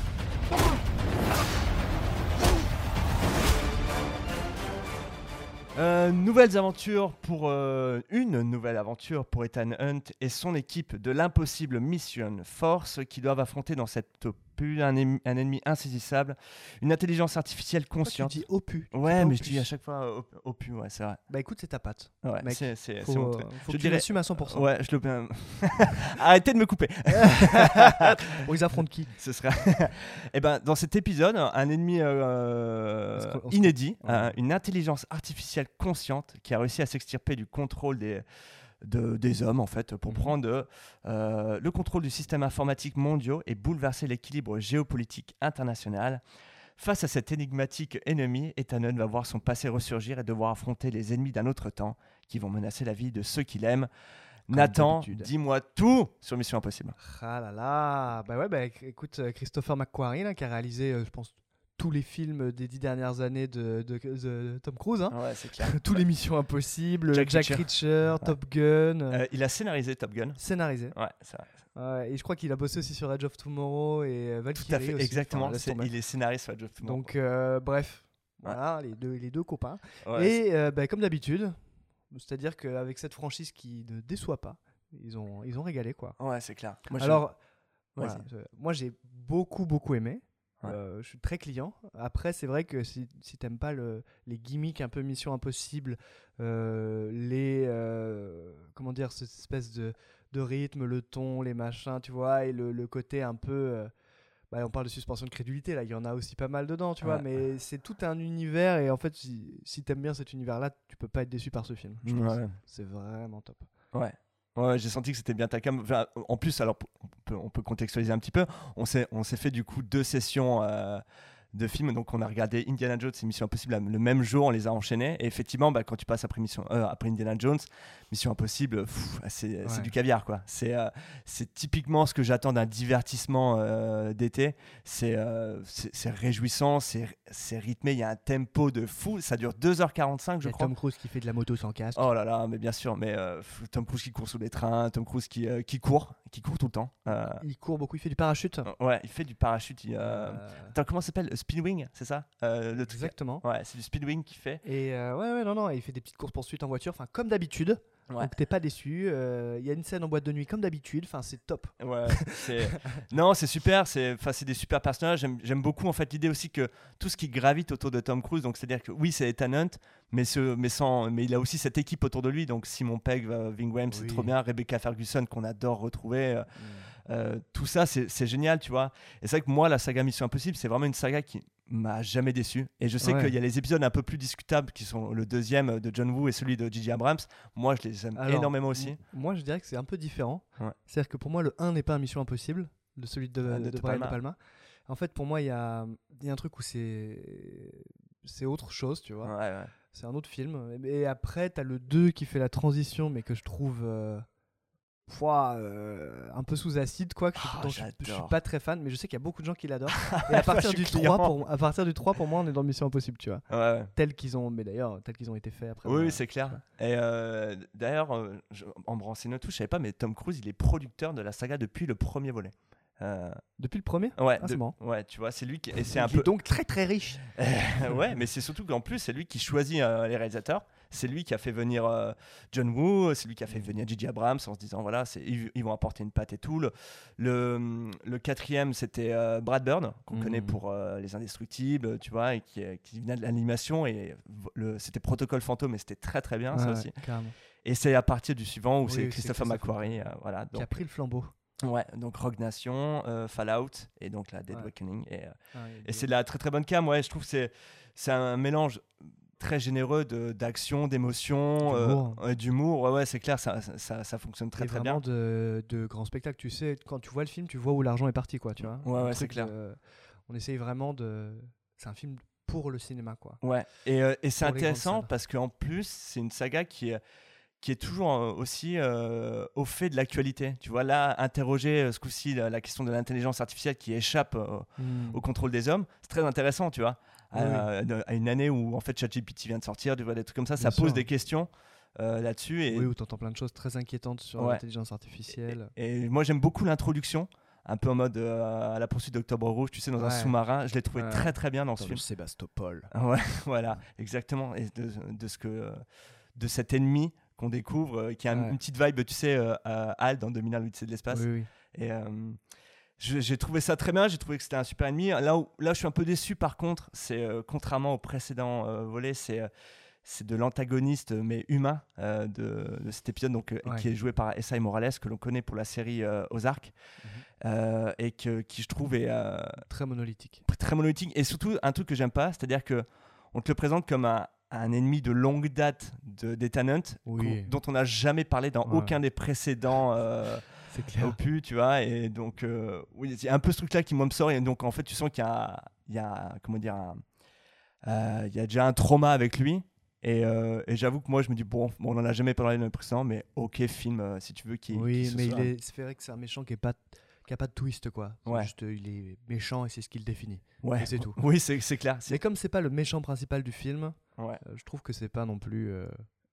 Euh, nouvelles aventures pour euh, une nouvelle aventure pour Ethan Hunt et son équipe de l'impossible Mission Force, qui doivent affronter dans cette opus un, ennemi- un ennemi insaisissable, une intelligence artificielle consciente. Tu dis opus. tu dis Ouais, pas mais je opus. dis à chaque fois euh, op- opus, ouais, c'est vrai. Bah écoute, c'est ta patte. Ouais, Mec, c'est, c'est, Faut, c'est mon euh, truc. faut Je que tu dirais- l'assumes à cent pour cent. Ouais, je le. Arrêtez de me couper. Bon, ils affrontent qui? Ce sera. Eh ben, dans cet épisode, un ennemi euh, Est-ce qu'on- est-ce inédit, qu'on- un- une intelligence artificielle consciente qui a réussi à s'extirper du contrôle des, de- des hommes, en fait, pour Mhm. prendre euh, le contrôle du système informatique mondial et bouleverser l'équilibre géopolitique international. Face à cet énigmatique ennemi, Ethan Hunt va voir son passé ressurgir et devoir affronter les ennemis d'un autre temps qui vont menacer la vie de ceux qu'il aime. Comme Nathan, d'habitude. dis-moi tout sur Mission Impossible. Ah là là. Bah ouais, bah éc- écoute, euh, Christopher McQuarrie, là, qui a réalisé, euh, je pense, tous les films des dix dernières années de, de- de Tom Cruise. Hein. Ouais, c'est clair. Tous les Missions Impossibles, Jack Jack, Reacher. Reacher, Ouais. Top Gun, euh, Euh, il a scénarisé Top Gun. scénarisé. Ouais, c'est vrai. Ouais, et je crois qu'il a bossé aussi sur Edge of Tomorrow et euh, Valkyrie. Tout à fait, aussi. exactement. Enfin, laisse C'est- tomber. il est scénariste sur Job Tomorrow. Donc, euh, bref, voilà, les, deux, les deux copains. Ouais, et euh, bah, comme d'habitude, c'est-à-dire qu'avec cette franchise qui ne déçoit pas, ils ont, ils ont régalé, quoi. c'est- ouais, c'est clair. Moi, je- Alors, Voilà. Moi, j'ai beaucoup, beaucoup aimé. Ouais. Euh, je suis très client. Après, c'est vrai que si, si t'aimes pas le, les gimmicks un peu Mission Impossible, euh, les euh, comment dire, cette espèce de, de rythme, le ton, les machins, tu vois, et le, le côté un peu, euh, bah, on parle de suspension de crédulité là, il y en a aussi pas mal dedans, tu ouais. vois, mais c'est tout un univers et en fait, si, si t'aimes bien cet univers-là, tu peux pas être déçu par ce film. Je pense. Ouais. C'est vraiment top. Ouais. Ouais, j'ai senti que c'était bien ta cam. Enfin, en plus, alors on peut, on peut contextualiser un petit peu. On s'est, on s'est fait du coup deux sessions euh, de films. Donc, on a regardé Indiana Jones et Mission Impossible le même jour. On les a enchaînés. Et effectivement, bah, quand tu passes après, Mission, euh, après Indiana Jones, Mission Impossible, pff, c'est, ouais. c'est du caviar, quoi. C'est, euh, c'est typiquement ce que j'attends d'un divertissement euh, d'été. C'est, euh, c'est, c'est réjouissant, c'est, c'est rythmé. Il y a un tempo de fou. Ça dure deux heures quarante-cinq, je crois. Tom Cruise qui fait de la moto sans casque. Oh là là, mais bien sûr. Mais euh, Tom Cruise qui court sous les trains, Tom Cruise qui, euh, qui court, qui court tout le temps. Euh, il court beaucoup, il fait du parachute. Ouais, il fait du parachute. Il, euh... Euh... Attends, comment ça s'appelle? Speedwing, c'est ça euh, le Exactement. Truc... Ouais, c'est du speedwing qu'il fait. Et euh, ouais, ouais, non, non, il fait des petites courses poursuites en voiture, enfin comme d'habitude. Ouais. Donc t'es pas déçu. Il euh, y a une scène en boîte de nuit comme d'habitude. Enfin, c'est top. Ouais. C'est... non, c'est super. C'est, enfin, c'est des super personnages. J'aime, j'aime beaucoup en fait l'idée aussi que tout ce qui gravite autour de Tom Cruise. Donc c'est-à-dire que oui, c'est Ethan Hunt, mais ce, mais sans, mais il a aussi cette équipe autour de lui. Donc Simon Pegg, Ving Rhames, oui. c'est trop bien. Rebecca Ferguson qu'on adore retrouver. Mm. Euh, tout ça, c'est, c'est génial, tu vois. Et c'est vrai que moi, la saga Mission Impossible, c'est vraiment une saga qui m'a jamais déçu. Et je sais ouais. qu'il y a les épisodes un peu plus discutables qui sont le deuxième de John Woo et celui de J J Abrams. Moi, je les aime Alors, énormément aussi. M- moi, je dirais que c'est un peu différent. Ouais. C'est-à-dire que pour moi, le un n'est pas un Mission Impossible, de celui de, ah, de, de Brian De Palma. En fait, pour moi, il y a, y a un truc où c'est, c'est autre chose, tu vois. Ouais, ouais. C'est un autre film. Et après, t'as le deux qui fait la transition, mais que je trouve... Euh... Pouah, euh, un peu sous acide quoi que oh, dont je, je suis pas très fan mais je sais qu'il y a beaucoup de gens qui l'adorent et à partir du client. trois pour, à partir du trois pour moi on est dans Mission Impossible tu vois ouais, ouais. tels qu'ils ont mais d'ailleurs tels qu'ils ont été faits après oui, voilà, oui c'est clair et euh, d'ailleurs euh, je, en me renseignant tout je savais pas mais Tom Cruise il est producteur de la saga depuis le premier volet. Euh... Depuis le premier ouais, ah, c'est de... bon. ouais, tu vois, c'est lui qui et c'est il un est peu donc très très riche. ouais, mais c'est surtout qu'en plus c'est lui qui choisit euh, les réalisateurs. C'est lui qui a fait venir euh, John Woo, c'est lui qui a fait venir J J Abrams en se disant voilà, c'est, ils, ils vont apporter une patte et tout. Le, le, le quatrième, c'était euh, Brad Bird, qu'on mmh. connaît pour euh, Les Indestructibles, tu vois, et qui, qui venait de l'animation. Et le, c'était Protocole Fantôme, et c'était très très bien, ouais, ça aussi. Carrément. Et c'est à partir du suivant où oui, c'est Christopher McQuarrie. Euh, voilà, donc, qui a pris le flambeau. Ouais, donc Rogue Nation, euh, Fallout et donc la Dead ouais. Reckoning. Et, euh, ah, et c'est de la très très bonne cam. Ouais, je trouve que c'est, c'est un mélange très généreux de, d'action, d'émotion, d'humour. Euh, d'humour. Ouais, ouais, c'est clair, ça, ça, ça fonctionne très et très bien. De, de grands spectacles. Tu sais, quand tu vois le film, tu vois où l'argent est parti, quoi. Tu vois. Ouais, ouais, c'est clair. De, on essaye vraiment de. C'est un film pour le cinéma, quoi. Ouais, et, euh, et c'est intéressant parce qu'en plus, c'est une saga qui est. qui est toujours aussi euh, au fait de l'actualité. Tu vois, là, interroger euh, ce coup-ci la, la question de l'intelligence artificielle qui échappe euh, mm. au contrôle des hommes, c'est très intéressant, tu vois. Oui. À, à une année où, en fait, ChatGPT vient de sortir, tu vois, des trucs comme ça, Bien ça sûr. pose des questions euh, là-dessus. Et... Oui, où tu entends plein de choses très inquiétantes sur ouais. l'intelligence artificielle. Et, et moi, j'aime beaucoup l'introduction, un peu en mode euh, à la poursuite d'Octobre Rouge, tu sais, dans ouais. un sous-marin. Je l'ai trouvé ouais. très, très bien dans, dans ce film. Sébastopol. Ouais, voilà, exactement. Et de, de, ce que, euh, de cet ennemi qu'on découvre, euh, qui a ouais. une petite vibe, tu sais, euh, euh, Hal dans deux mille un, l'Odyssée de l'espace. Oui, oui. Et euh, je, j'ai trouvé ça très bien, j'ai trouvé que c'était un super ennemi. Là où là, je suis un peu déçu, par contre, c'est euh, contrairement au précédent euh, volet, c'est, euh, c'est de l'antagoniste, mais humain, euh, de, de cet épisode, donc, euh, ouais. qui est joué par Esai Morales, que l'on connaît pour la série euh, Ozark, mm-hmm. euh, et que, qui, je trouve, est... Euh, très monolithique. Très monolithique, et surtout, un truc que j'aime pas, c'est-à-dire qu'on te le présente comme un un ennemi de longue date de, d'Ethan Hunt, oui. dont on n'a jamais parlé dans ouais. aucun des précédents euh, opus, tu vois, et donc euh, oui, il y a un peu ce truc là qui moi me sort, et donc en fait tu sens qu'il y a, il y a comment dire, un, euh, il y a déjà un trauma avec lui, et, euh, et j'avoue que moi je me dis bon, bon on n'en a jamais parlé dans le précédent, mais ok film euh, si tu veux qui. Oui, qui mais soit... il est, c'est vrai que c'est un méchant qui est pas qui a pas de twist quoi. C'est ouais. juste il est méchant et c'est ce qu'il définit. Ouais. Et c'est tout. Oui, c'est c'est clair. C'est... Mais comme c'est pas le méchant principal du film, ouais. euh, je trouve que c'est pas non plus. Euh...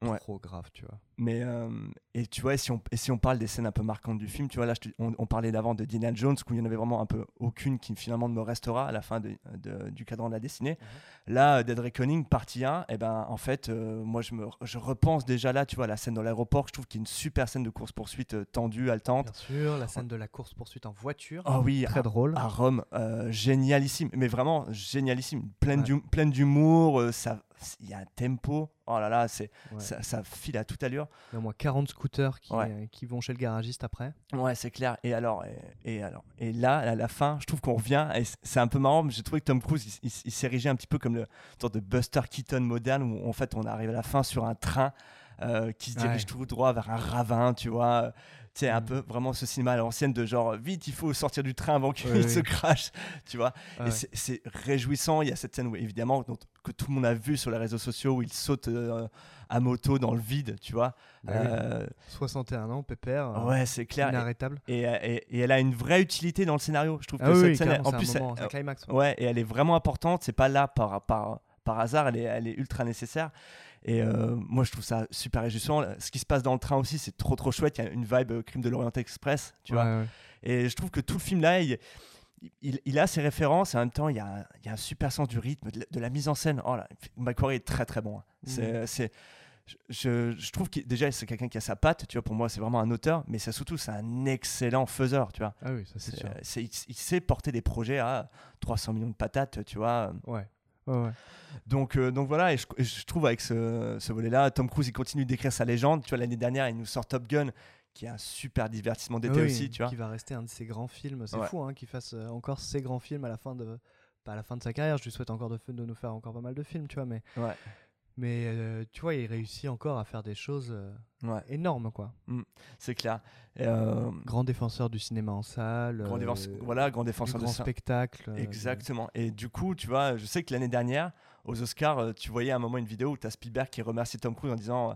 Ouais. trop grave, tu vois. Mais euh, et tu vois, et si on et si on parle des scènes un peu marquantes du film, tu vois là, je te- on, on parlait d'avant de Indiana Jones où il y en avait vraiment un peu aucune qui finalement ne me restera à la fin de, de- du cadran de la destinée. Là, Dead Reckoning partie un, et ben en fait, euh, moi je me je repense déjà là, tu vois, la scène dans l'aéroport, je trouve qu'il y a une super scène de course poursuite tendue, haletante. Bien sûr, la scène de la course poursuite en voiture. Oh oui, très à, drôle. à Rome, euh, génialissime, mais vraiment génialissime, pleine Ouais. d'hum- pleine d'humour, euh, ça, il y a un tempo, oh là là, c'est Ouais. ça, ça file à toute allure. Il y a au moins quarante scooters qui, Ouais. euh, qui vont chez le garagiste après. Ouais, c'est clair. Et alors, et, et alors, et là, à la fin, je trouve qu'on revient. Et c- c'est un peu marrant. Mais j'ai trouvé que Tom Cruise, il, il- il s'est érigé un petit peu comme le une sorte de Buster Keaton moderne, où en fait, on arrive à la fin sur un train euh, qui se dirige Ouais. tout droit vers un ravin, tu vois. Tu sais, un Mm. peu vraiment ce cinéma à l'ancienne de genre vite, il faut sortir du train avant qu'il Ouais, se ouais. crache, tu vois. Ah et ouais. c'est- c'est réjouissant. Il y a cette scène où, évidemment, dont- que tout le monde a vu sur les réseaux sociaux où il saute euh, à moto dans le vide, tu vois. Bah oui. Euh, soixante et un ans, pépère. euh, ouais, c'est clair. Et- Inarrêtable. et, et- et elle a une vraie utilité dans le scénario. Je trouve Ah que oui, cette oui, scène, clairement, en c'est un plus, moment, elle- c'est un climax, ouais. ouais, et elle est vraiment importante. C'est pas là par, par, par hasard. Elle est, elle est ultra nécessaire. Et euh, moi, je trouve ça super réjouissant. Ce qui se passe dans le train aussi, c'est trop trop chouette. Il y a une vibe euh, Crime de l'Orient Express, tu Ouais, vois. ouais. Et je trouve que tout le film là, il, il, il a ses références et en même temps, il y a, un- il y a un super sens du rythme, de la, de la mise en scène. Oh là, Macquarie est très très bon. hein. C'est, c'est, je, je, je trouve que déjà c'est quelqu'un qui a sa patte. Tu vois, pour moi, c'est vraiment un auteur, mais c'est surtout c'est un excellent faiseur. Tu vois. Ah oui, ça c'est C'est, sûr. euh, c'est- il, il sait porter des projets à trois cents millions de patates, tu vois. Ouais. Ouais, ouais. Donc, euh, donc voilà, et je, et je trouve avec ce, ce volet-là, Tom Cruise, il continue d'écrire sa légende. Tu vois, l'année dernière, il nous sort Top Gun, qui est un super divertissement d'été Ah oui, aussi, tu vois. Qui va rester un de ses grands films. C'est Ouais. fou hein, qu'il fasse euh, encore ses grands films à la fin de, pas à la fin de sa carrière. Je lui souhaite encore de, f- de nous faire encore pas mal de films, tu vois. Mais, Ouais. mais euh, tu vois, il réussit encore à faire des choses euh, Ouais. énormes, quoi. Mm, c'est clair. Et, euh, Grand défenseur du cinéma en salle. grand euh, défense- voilà, grand défenseur du de grand ça. spectacle. euh, Exactement. Et du coup, tu vois, je sais que l'année dernière, aux Oscars, euh, tu voyais à un moment une vidéo où tu as Spielberg qui remercie Tom Cruise en disant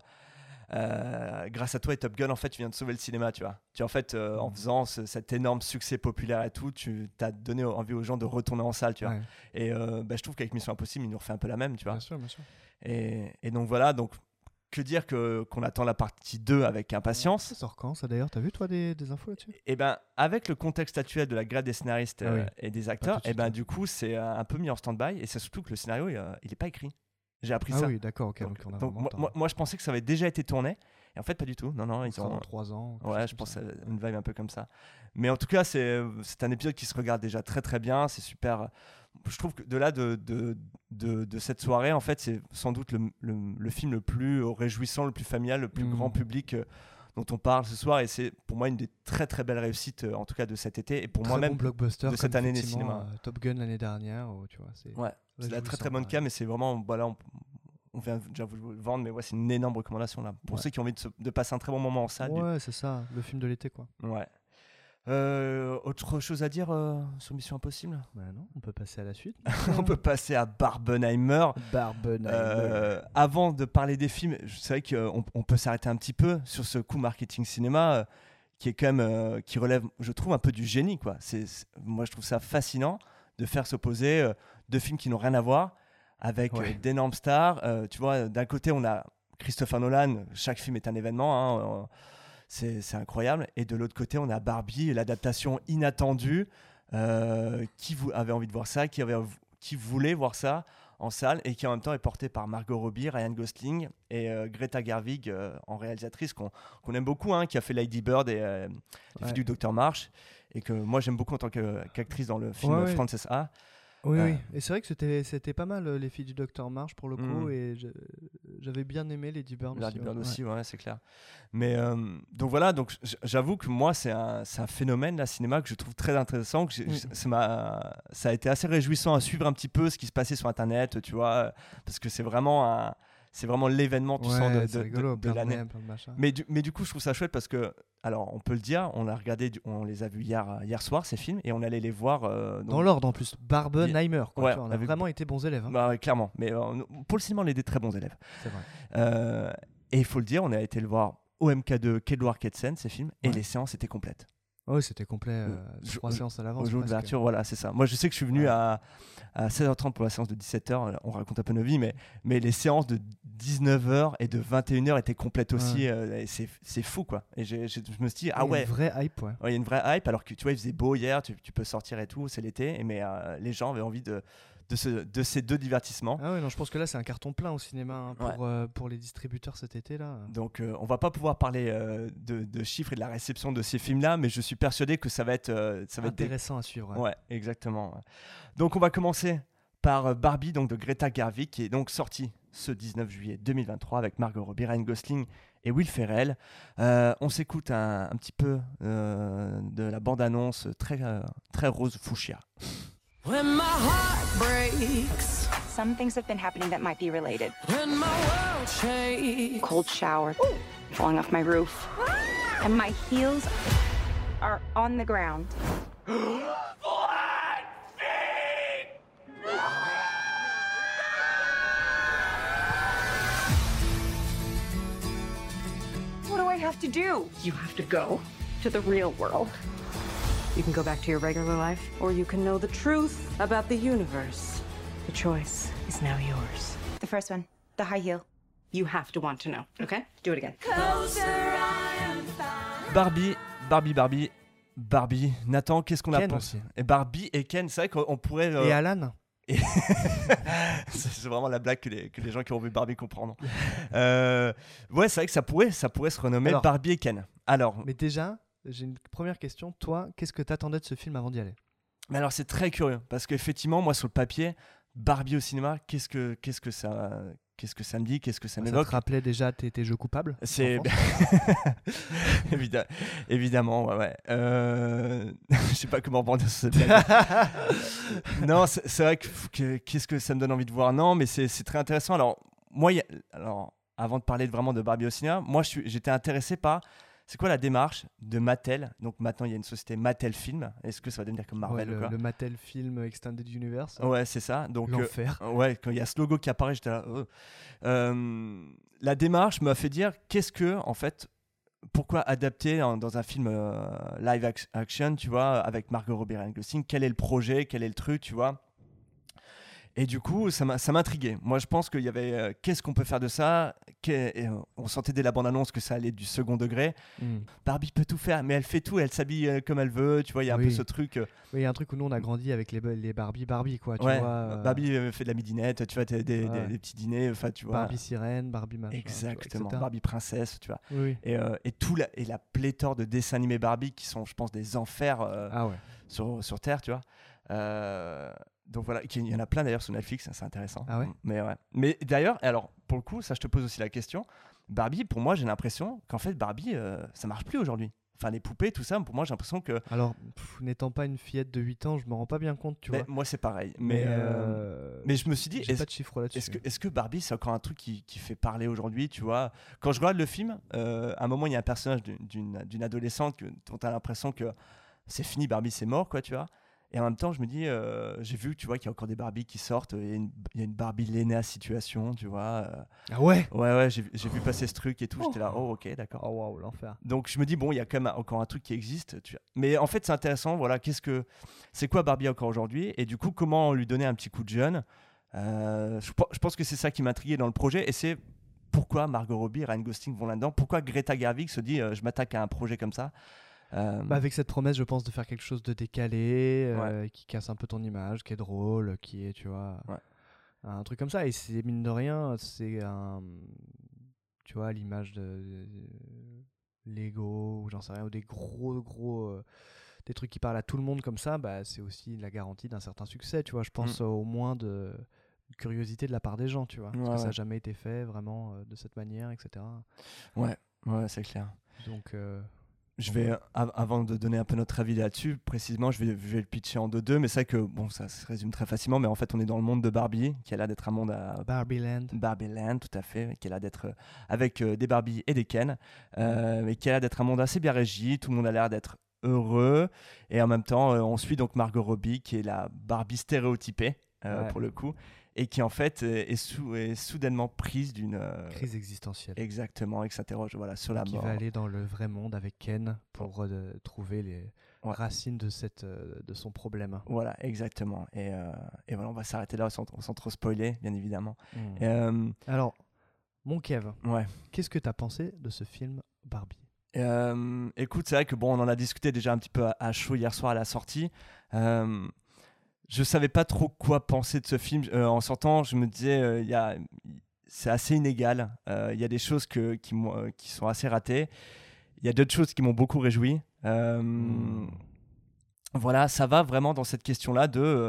euh, grâce à toi et Top Gun, en fait, tu viens de sauver le cinéma, tu vois. Tu, en fait, euh, en faisant ce- cet énorme succès populaire et tout, tu t'as donné envie aux gens de retourner en salle, tu vois. Ouais. Et euh, bah, je trouve qu'avec Mission Impossible, il nous refait un peu la même, tu vois. Bien sûr, bien sûr. Et, et donc voilà, donc que dire que qu'on attend la partie deux avec impatience. Ça sort quand ça d'ailleurs? T'as vu toi des, des infos là-dessus? Et ben avec le contexte actuel de la grève des scénaristes Ah oui. euh, et des Pas acteurs, tout de et suite, ben ouais. du coup c'est euh, un peu mis en stand-by et c'est surtout que le scénario il, euh, il est pas écrit. J'ai appris Ah ça. oui, d'accord, ok. Donc, donc on a donc, vraiment moi, le moi, temps. moi, je pensais que ça avait déjà été tourné et en fait pas du tout. Non non, ils Ça sera ont dans trois ans. quelque Ouais, chose je comme pense ça. à une vibe un peu comme ça. Mais en tout cas, c'est c'est un épisode qui se regarde déjà très très bien. C'est super. Je trouve que de là, de, de, de, de cette soirée, en fait, c'est sans doute le, le, le film le plus réjouissant, le plus familial, le plus Mm. grand public euh, dont on parle ce soir. Et c'est pour moi une des très très belles réussites, euh, en tout cas de cet été. Et pour Très moi-même, bon blockbuster de cette comme année des effectivement, cinémas. euh, Top Gun l'année dernière, où, tu vois, c'est Ouais, c'est la très réjouissant, très bonne pareil. cam, mais c'est vraiment. Voilà, on, on vient déjà vous le vendre, mais ouais, c'est une énorme recommandation là. Pour Ouais. ceux qui ont envie de, se- de passer un très bon moment en salle. du- Ouais, c'est ça, le film de l'été quoi. Ouais. Euh, autre chose à dire euh, sur Mission Impossible? Bah non, on peut passer à la suite. On peut passer à Barbenheimer. Barbenheimer. Euh, avant de parler des films, c'est vrai qu'on on peut s'arrêter un petit peu sur ce coup marketing cinéma euh, qui est quand même euh, qui relève, je trouve, un peu du génie quoi. C'est, c'est- moi, je trouve ça fascinant de faire s'opposer euh, deux films qui n'ont rien à voir avec Ouais. euh, d'énormes stars. Euh, tu vois, d'un côté, on a Christopher Nolan. Chaque film est un événement. Hein, euh, c'est, c'est incroyable. Et de l'autre côté, on a Barbie, l'adaptation inattendue. Euh, qui vou- avait envie de voir ça, qui, avait, qui voulait voir ça en salle et qui en même temps est porté par Margot Robbie, Ryan Gosling et euh, Greta Gerwig euh, en réalisatrice qu'on, qu'on aime beaucoup, hein, qui a fait Lady Bird et euh, Les Ouais. filles du Docteur March et que moi j'aime beaucoup en tant que, qu'actrice dans le film Ouais, ouais. Frances A. Oui, Euh, oui. Et c'est vrai que c'était, c'était pas mal euh, les filles du Docteur March pour le coup, Mm. et je- j'avais bien aimé Lady Bird Lady aussi. Bird ouais. aussi, ouais, c'est clair. Mais euh, donc voilà, donc j- j'avoue que moi c'est un, c'est un phénomène la cinéma que je trouve très intéressant. Que j'ai- Mm. ça, m'a- ça a été assez réjouissant à suivre un petit peu ce qui se passait sur Internet, tu vois, parce que c'est vraiment un, c'est vraiment l'événement, tu Ouais, sens, de, c'est de- rigolo, de- de plein de l'année. mèmes, plein de machins. Mais du, mais du coup, je trouve ça chouette parce que, alors, on peut le dire, on a regardé, du- on les a vus hier, hier soir ces films et on allait les voir euh, donc- Dans l'ordre en plus, Barbenheimer. Quoi, Ouais, tu vois, on on a a vu- vraiment été bons élèves. hein. Bah ouais, clairement. Mais euh, pour le cinéma, on est des très bons élèves. C'est vrai. Euh, et il faut le dire, on a été le voir au M K deux Quai de l'Oire, Quai de Seine, ces films, et Ouais. les séances étaient complètes. Oui, c'était complet, euh, Je- trois je- séances à Au l'avance. jour presque. d'ouverture, voilà, c'est ça. Moi, je sais que je suis venu Ouais. à, à seize heures trente pour la séance de dix-sept heures. On raconte un peu nos vies, mais, mais les séances de dix-neuf heures et de vingt et une heures étaient complètes aussi. Ouais. euh, et c'est, c'est fou, quoi. Et j'ai, j'ai- je me suis dit, Il y ah a une ouais, vraie hype, ouais. ouais, il y a une vraie hype. Alors que tu vois, il faisait beau hier, tu, tu peux sortir et tout, c'est l'été. et- Mais euh, les gens avaient envie de, de, ce, de ces deux divertissements. Ah ouais, non, je pense que là, c'est un carton plein au cinéma hein, pour, Ouais. euh, pour les distributeurs cet été là. Donc, euh, on va pas pouvoir parler euh, de, de chiffres et de la réception de ces films-là, mais je suis persuadé que ça va être, euh, ça va être des- Intéressant à suivre. Ouais. Ouais, exactement. ouais. Donc on va commencer par euh, Barbie, donc de Greta Gerwig, qui est donc sorti ce dix-neuf juillet deux mille vingt-trois avec Margot Robbie, Ryan Gosling et Will Ferrell. Euh, on s'écoute un, un petit peu euh, de la bande-annonce très, euh, très rose fuchsia. When my heart breaks, Some things have been happening that might be related. when my world shakes, Cold shower, falling off my roof, and my heels are on the ground. What do I have to do? You have to go. To the real world. You can go back to your regular life, or you can know the truth about the universe. The choice is now yours. The first one, the high heel. You have to want to know, okay? Do it again. Barbie, Barbie, Barbie, Barbie. Nathan, qu'est-ce qu'on a Ken pensé aussi. Et Barbie et Ken, c'est vrai qu'on pourrait... euh, Et Alan Et- c'est c'est vraiment la blague que les, que les gens qui ont vu Barbie comprendront. Euh, ouais, c'est vrai que ça pourrait, ça pourrait se renommer Alors- Barbie et Ken. Alors, Mais déjà, j'ai une première question. Toi, qu'est-ce que t'attendais de ce film avant d'y aller? mais alors c'est très curieux parce qu'effectivement, moi sur le papier, Barbie au cinéma, qu'est-ce que, qu'est-ce que ça, qu'est-ce que ça me dit, qu'est-ce que ça Ça m'évoque te rappelait déjà tes, tes jeux coupables? C'est enfance Évidemment, évidemment, ouais, ouais. Euh... Je sais pas comment rebondir sur cette blague. Non, c'est c'est vrai que, que- qu'est-ce que ça me donne envie de voir. Non, mais c'est c'est très intéressant. Alors moi, il y a- alors avant de parler vraiment de Barbie au cinéma, moi je suis- j'étais intéressé par c'est quoi la démarche de Mattel. Donc maintenant il y a une société Mattel Film. Est-ce que ça va devenir comme Marvel Ouais, ou le, quoi le Mattel Film Extended Universe. Ouais, c'est ça. Donc, euh, L'enfer. ouais, quand il y a ce logo qui apparaît, j'étais là. euh. Euh, la démarche m'a fait dire qu'est-ce que, en fait, pourquoi adapter en- dans un film euh, live ac- action, tu vois, avec Margot Robbie et Ryan Gosling, quel est le projet, quel est le truc, tu vois. Et du coup, ça m'a- ça m'intriguait. Moi, je pense qu'il y avait euh, qu'est-ce qu'on peut faire de ça. Qu'est- et, euh, on sentait dès la bande-annonce que ça allait du second degré. Mm. Barbie peut tout faire, mais elle fait tout, elle s'habille euh, comme elle veut, tu vois. Il y a un Oui. peu ce truc. euh, Oui, il y a un truc où nous on a grandi avec les, les Barbie Barbie quoi. Tu ouais, vois, euh, Barbie euh, fait de la midinette, tu vois, t'as des, des- Ouais. des petits dîners, enfin, tu vois. Barbie sirène, Barbie machin. tu vois, Exactement, et cetera. Barbie princesse, tu vois. Oui, oui. Et, euh, et, tout la, et la pléthore de dessins animés Barbie qui sont, je pense, des enfers euh, Ah ouais. sur, sur Terre, tu vois. Euh, donc voilà, il y en a plein d'ailleurs sur Netflix, c'est intéressant. Ah ouais Mais, ouais. Mais d'ailleurs, alors, pour le coup, ça, je te pose aussi la question. Barbie, pour moi, j'ai l'impression qu'en fait, Barbie, euh, ça marche plus aujourd'hui. Enfin, les poupées, tout ça, pour moi, j'ai l'impression que. Alors, pff, n'étant pas une fillette de huit ans, je me rends pas bien compte, tu Mais vois. moi, c'est pareil. Mais, Mais, euh, euh, mais je me suis dit, j'ai est-ce- pas de chiffres là-dessus. Est-ce que, est-ce que Barbie, c'est encore un truc qui, qui fait parler aujourd'hui, tu vois? Quand je regarde le film, euh, à un moment, il y a un personnage d'une- d'une d'une adolescente que, dont tu as l'impression que c'est fini, Barbie, c'est mort, quoi, tu vois? Et en même temps, je me dis, euh, j'ai vu, tu vois, qu'il y a encore des Barbies qui sortent. Il y a une, il y a une Barbie Léna situation, tu vois. euh. Ah ouais? Ouais, ouais, j'ai j'ai vu passer ce truc et tout. J'étais là, oh, ok, d'accord. Oh waouh, l'enfer. Donc je me dis bon, il y a quand même encore un truc qui existe. Tu vois. Mais en fait, c'est intéressant. Voilà, qu'est-ce que c'est quoi Barbie encore aujourd'hui? Et du coup, comment lui donner un petit coup de jeune? Euh, je, pe- je pense que c'est ça qui m'intriguait dans le projet, et c'est pourquoi Margot Robbie et Ryan Gosling vont là-dedans. Pourquoi Greta Gerwig se dit euh, je m'attaque à un projet comme ça? Euh, Bah, avec cette promesse, je pense, de faire quelque chose de décalé, euh, qui casse un peu ton image, qui est drôle, qui est, tu vois, Ouais. un truc comme ça. Et c'est mine de rien, c'est un, tu vois, l'image de, de Lego ou j'en sais rien, ou des gros, gros, euh, des trucs qui parlent à tout le monde comme ça. Bah, c'est aussi la garantie d'un certain succès, tu vois. Je pense Mm. euh, au moins de curiosité de la part des gens, tu vois, parce Ouais, que ça ouais. n'a jamais été fait vraiment euh, de cette manière, et cetera. ouais, ouais, c'est clair. Donc euh, Je vais, euh, av- avant de donner un peu notre avis là-dessus, précisément, je vais, je vais le pitcher en deux-deux, mais c'est vrai que bon, ça se résume très facilement, mais en fait, on est dans le monde de Barbie, qui a l'air d'être un monde à Barbie Land. Barbie Land, tout à fait, qui a l'air d'être euh, avec euh, des Barbie et des Ken, euh, et qui a l'air d'être un monde assez bien régi, tout le monde a l'air d'être heureux, et en même temps, euh, on suit donc Margot Robbie, qui est la Barbie stéréotypée, euh, Ouais. pour le coup, et qui en fait est, est, sou- est soudainement prise d'une euh, crise existentielle. Exactement, et qui s'interroge voilà, sur et la qui mort. va aller dans le vrai monde avec Ken pour euh, trouver les ouais. racines de, cette, euh, de son problème. Voilà, exactement. Et, euh, et voilà, on va s'arrêter là sans, sans trop spoiler, bien évidemment. Mmh. Et, euh, Alors, mon Kev, ouais. qu'est-ce que tu as pensé de ce film Barbie ? Euh, écoute, c'est vrai que bon, on en a discuté déjà un petit peu à, à chaud hier soir à la sortie. Euh, je savais pas trop quoi penser de ce film. Euh, en sortant, je me disais, euh, y a, c'est assez inégal. Il euh, y a des choses que, qui, euh, qui sont assez ratées. Il y a d'autres choses qui m'ont beaucoup réjoui. Euh, mmh. Voilà, ça va vraiment dans cette question-là de,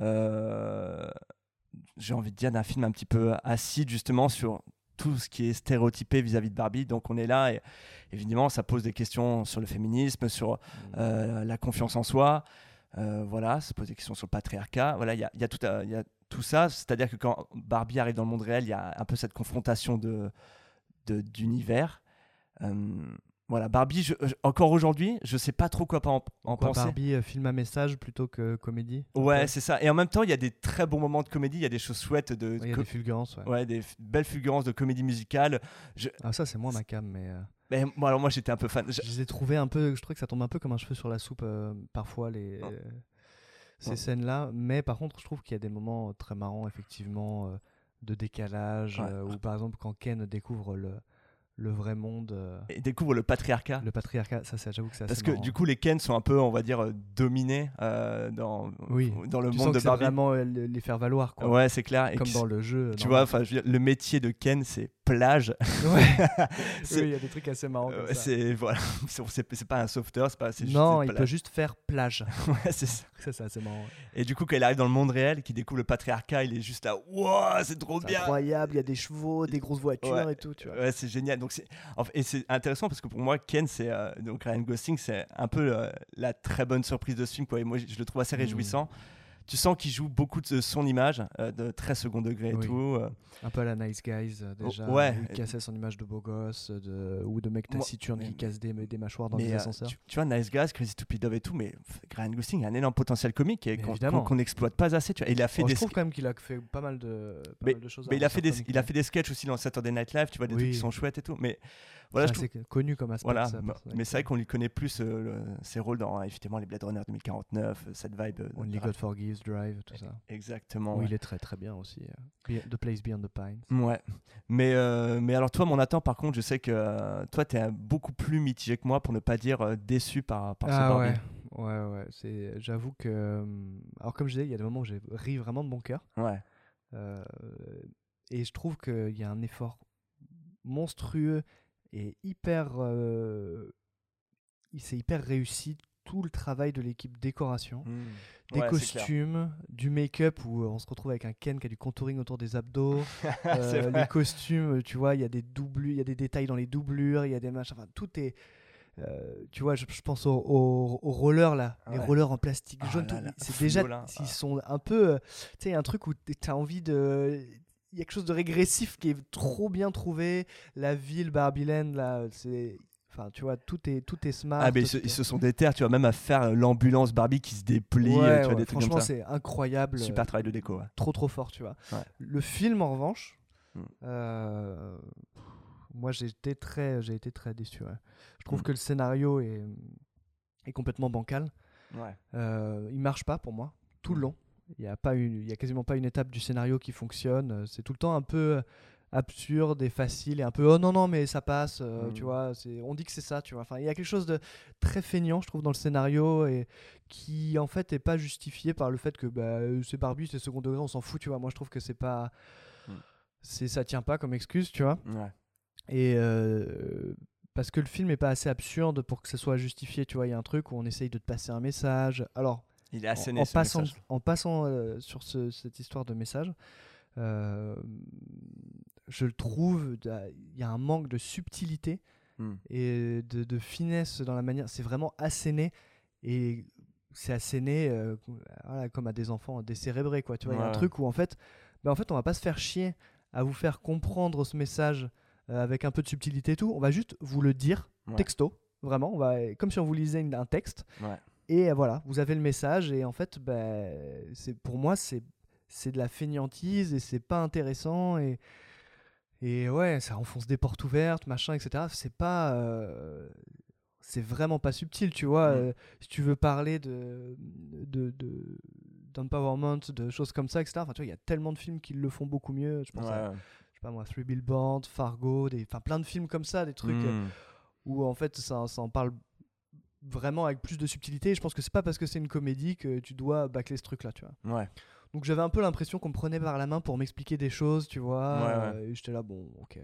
euh, j'ai envie de dire, d'un film un petit peu acide justement sur tout ce qui est stéréotypé vis-à-vis de Barbie. Donc on est là et évidemment ça pose des questions sur le féminisme, sur euh, la confiance en soi, euh, voilà, ça pose des questions sur le patriarcat. Voilà, il y a, y a tout, il y a tout ça, c'est-à-dire que quand Barbie arrive dans le monde réel, il y a un peu cette confrontation de, de d'univers. Euh, Voilà, Barbie, je, je, encore aujourd'hui, je sais pas trop quoi en, en quoi, penser. Barbie, euh, film à message plutôt que comédie. Ouais, peu. C'est ça. Et en même temps, il y a des très bons moments de comédie, il y a des choses chouettes. Il ouais, y a co- des fulgurances. Ouais. ouais, des f- belles fulgurances de comédie musicale. Je... Ah, ça, c'est moins ma cam, mais. Euh... mais bon, alors moi, j'étais un peu fan. Je... je les ai trouvés un peu. Je trouvais que ça tombe un peu comme un cheveu sur la soupe, euh, parfois, les. Oh. Euh, ces oh. scènes-là. Mais par contre, je trouve qu'il y a des moments très marrants, effectivement, euh, de décalage. Ouais. Euh, où par exemple, quand Ken découvre le. le vrai monde euh... et découvre le patriarcat le patriarcat ça, ça j'avoue que c'est assez parce que marrant. Du coup les Ken sont un peu on va dire euh, dominés euh, dans oui. dans le tu monde sens de que Barbie c'est vraiment euh, les faire valoir quoi. Ouais c'est clair comme et dans le jeu tu vois enfin le métier de Ken c'est plage. Ouais. Oui, il y a des trucs assez marrants comme euh, ça. c'est voilà c'est, c'est pas un sauveteur c'est pas c'est non juste, il peut juste faire plage. Ouais c'est ça. Ça c'est assez marrant. Et du coup quand il arrive dans le monde réel qu'il découvre le patriarcat il est juste là waouh c'est trop c'est bien incroyable il y a des chevaux des grosses voitures ouais. et tout tu vois. Ouais c'est génial donc c'est enfin, et c'est intéressant parce que pour moi Ken c'est euh, donc Ryan Gosling c'est un peu euh, la très bonne surprise de ce film quoi et moi je, je le trouve assez réjouissant. Mmh. Tu sens qu'il joue beaucoup de son image euh, de très second degré et oui. tout euh. Un peu à la Nice Guys euh, déjà oh, ouais. où il cassait son image de beau gosse de... ou de mec taciturne qui casse des, des mâchoires dans mais, les euh, ascenseurs. Tu, tu vois Nice Guys, Crazy Stupid Love et tout mais Ryan Gosling a un énorme potentiel comique et qu'on, qu'on, qu'on exploite pas assez tu vois. Et il a fait oh, des je trouve quand même qu'il a fait pas mal de, pas mais, mal de choses mais il a fait des il a fait des sketchs aussi dans Saturday Night Live tu vois des oui. trucs qui sont chouettes et tout mais voilà, c'est trouve... connu comme aspect. Voilà, ça, mais c'est vrai qu'on lui connaît plus euh, le, ses rôles dans effectivement les Blade Runner deux mille quarante-neuf, cette vibe. Euh, Only God Forgives, Drive, tout ça. Exactement. Où ouais. il est très très bien aussi. Euh, The Place Beyond the Pines. Ouais. Mais euh, mais alors toi, mon Nathan, par contre, je sais que euh, toi, t'es euh, beaucoup plus mitigé que moi, pour ne pas dire euh, déçu par par ah, ce Barbie. Ouais, ouais, ouais. C'est, j'avoue que, euh, alors comme je disais, il y a des moments où j'ai ri vraiment de bon cœur. Ouais. Euh, et je trouve qu'il y a un effort monstrueux. Et hyper euh, c'est hyper réussi tout le travail de l'équipe décoration, mmh. des ouais, costumes, du make-up où on se retrouve avec un Ken qui a du contouring autour des abdos, euh, les costumes, tu vois, il y a des doublures, il y a des détails dans les doublures, il y a des machins, enfin tout est euh, tu vois, je, je pense aux, aux, aux rollers là, ouais. les rollers en plastique ah, jaune, là, là, c'est déjà là, ils ah. sont un peu euh, tu sais un truc où tu as envie de il y a quelque chose de régressif qui est trop bien trouvé. La ville Barbieland, là, c'est... Enfin, tu vois, tout est, tout est smart. Ah, mais ils se, ils se sont déterrés, tu vois, même à faire l'ambulance Barbie qui se déplie, ouais, tu vois, ouais, des trucs comme ça. Franchement, c'est incroyable. Super travail de déco, ouais. Trop, trop fort, tu vois. Ouais. Le film, en revanche, mm. euh, moi, j'ai été très, j'ai été très déçu. Ouais. Je trouve mm. que le scénario est, est complètement bancal. Ouais. Euh, il marche pas pour moi, tout le long. Il n'y a, pas une, il y a quasiment pas une étape du scénario qui fonctionne. C'est tout le temps un peu absurde et facile et un peu oh non, non, mais ça passe. Euh, mmh. Tu vois, c'est, on dit que c'est ça. Tu vois. Enfin, il y a quelque chose de très feignant, je trouve, dans le scénario et qui, en fait, n'est pas justifié par le fait que bah, c'est Barbie, c'est second degré, on s'en fout. Tu vois. Moi, je trouve que c'est pas. Mmh. C'est, ça tient pas comme excuse, tu vois. Ouais. Et. Euh, parce que le film n'est pas assez absurde pour que ça soit justifié. Tu vois, il y a un truc où on essaye de te passer un message. Alors. Il est asséné, en, en, ce passant, message. en passant euh, sur ce, cette histoire de message, euh, je le trouve, il y a un manque de subtilité mm. et de, de finesse dans la manière. C'est vraiment asséné et c'est asséné euh, voilà, comme à des enfants décérébrés, quoi. Tu vois, il ouais. y a un truc où en fait, bah, en fait, on va pas se faire chier à vous faire comprendre ce message euh, avec un peu de subtilité et tout. On va juste vous le dire ouais. texto, vraiment. On va, comme si on vous lisait une, un texte. Ouais. Et voilà, vous avez le message et en fait, bah, c'est, pour moi, c'est, c'est de la fainéantise et c'est pas intéressant et et ouais, ça enfonce des portes ouvertes, machin, et cetera. C'est pas euh, c'est vraiment pas subtil, tu vois. Mmh. Euh, si tu veux parler de, de, de, d'empowerment, de choses comme ça, et cetera. Enfin, tu vois, il y a tellement de films qui le font beaucoup mieux. Je pense Ouais. à, je sais pas moi, Three Billboards, Fargo, des, enfin, plein de films comme ça, des trucs Mmh. euh, où en fait ça, ça en parle vraiment avec plus de subtilité. Et je pense que c'est pas parce que c'est une comédie que tu dois bâcler ce truc-là, tu vois. Ouais. Donc j'avais un peu l'impression qu'on me prenait par la main pour m'expliquer des choses, tu vois. Ouais, ouais. euh, et j'étais là, bon, ok.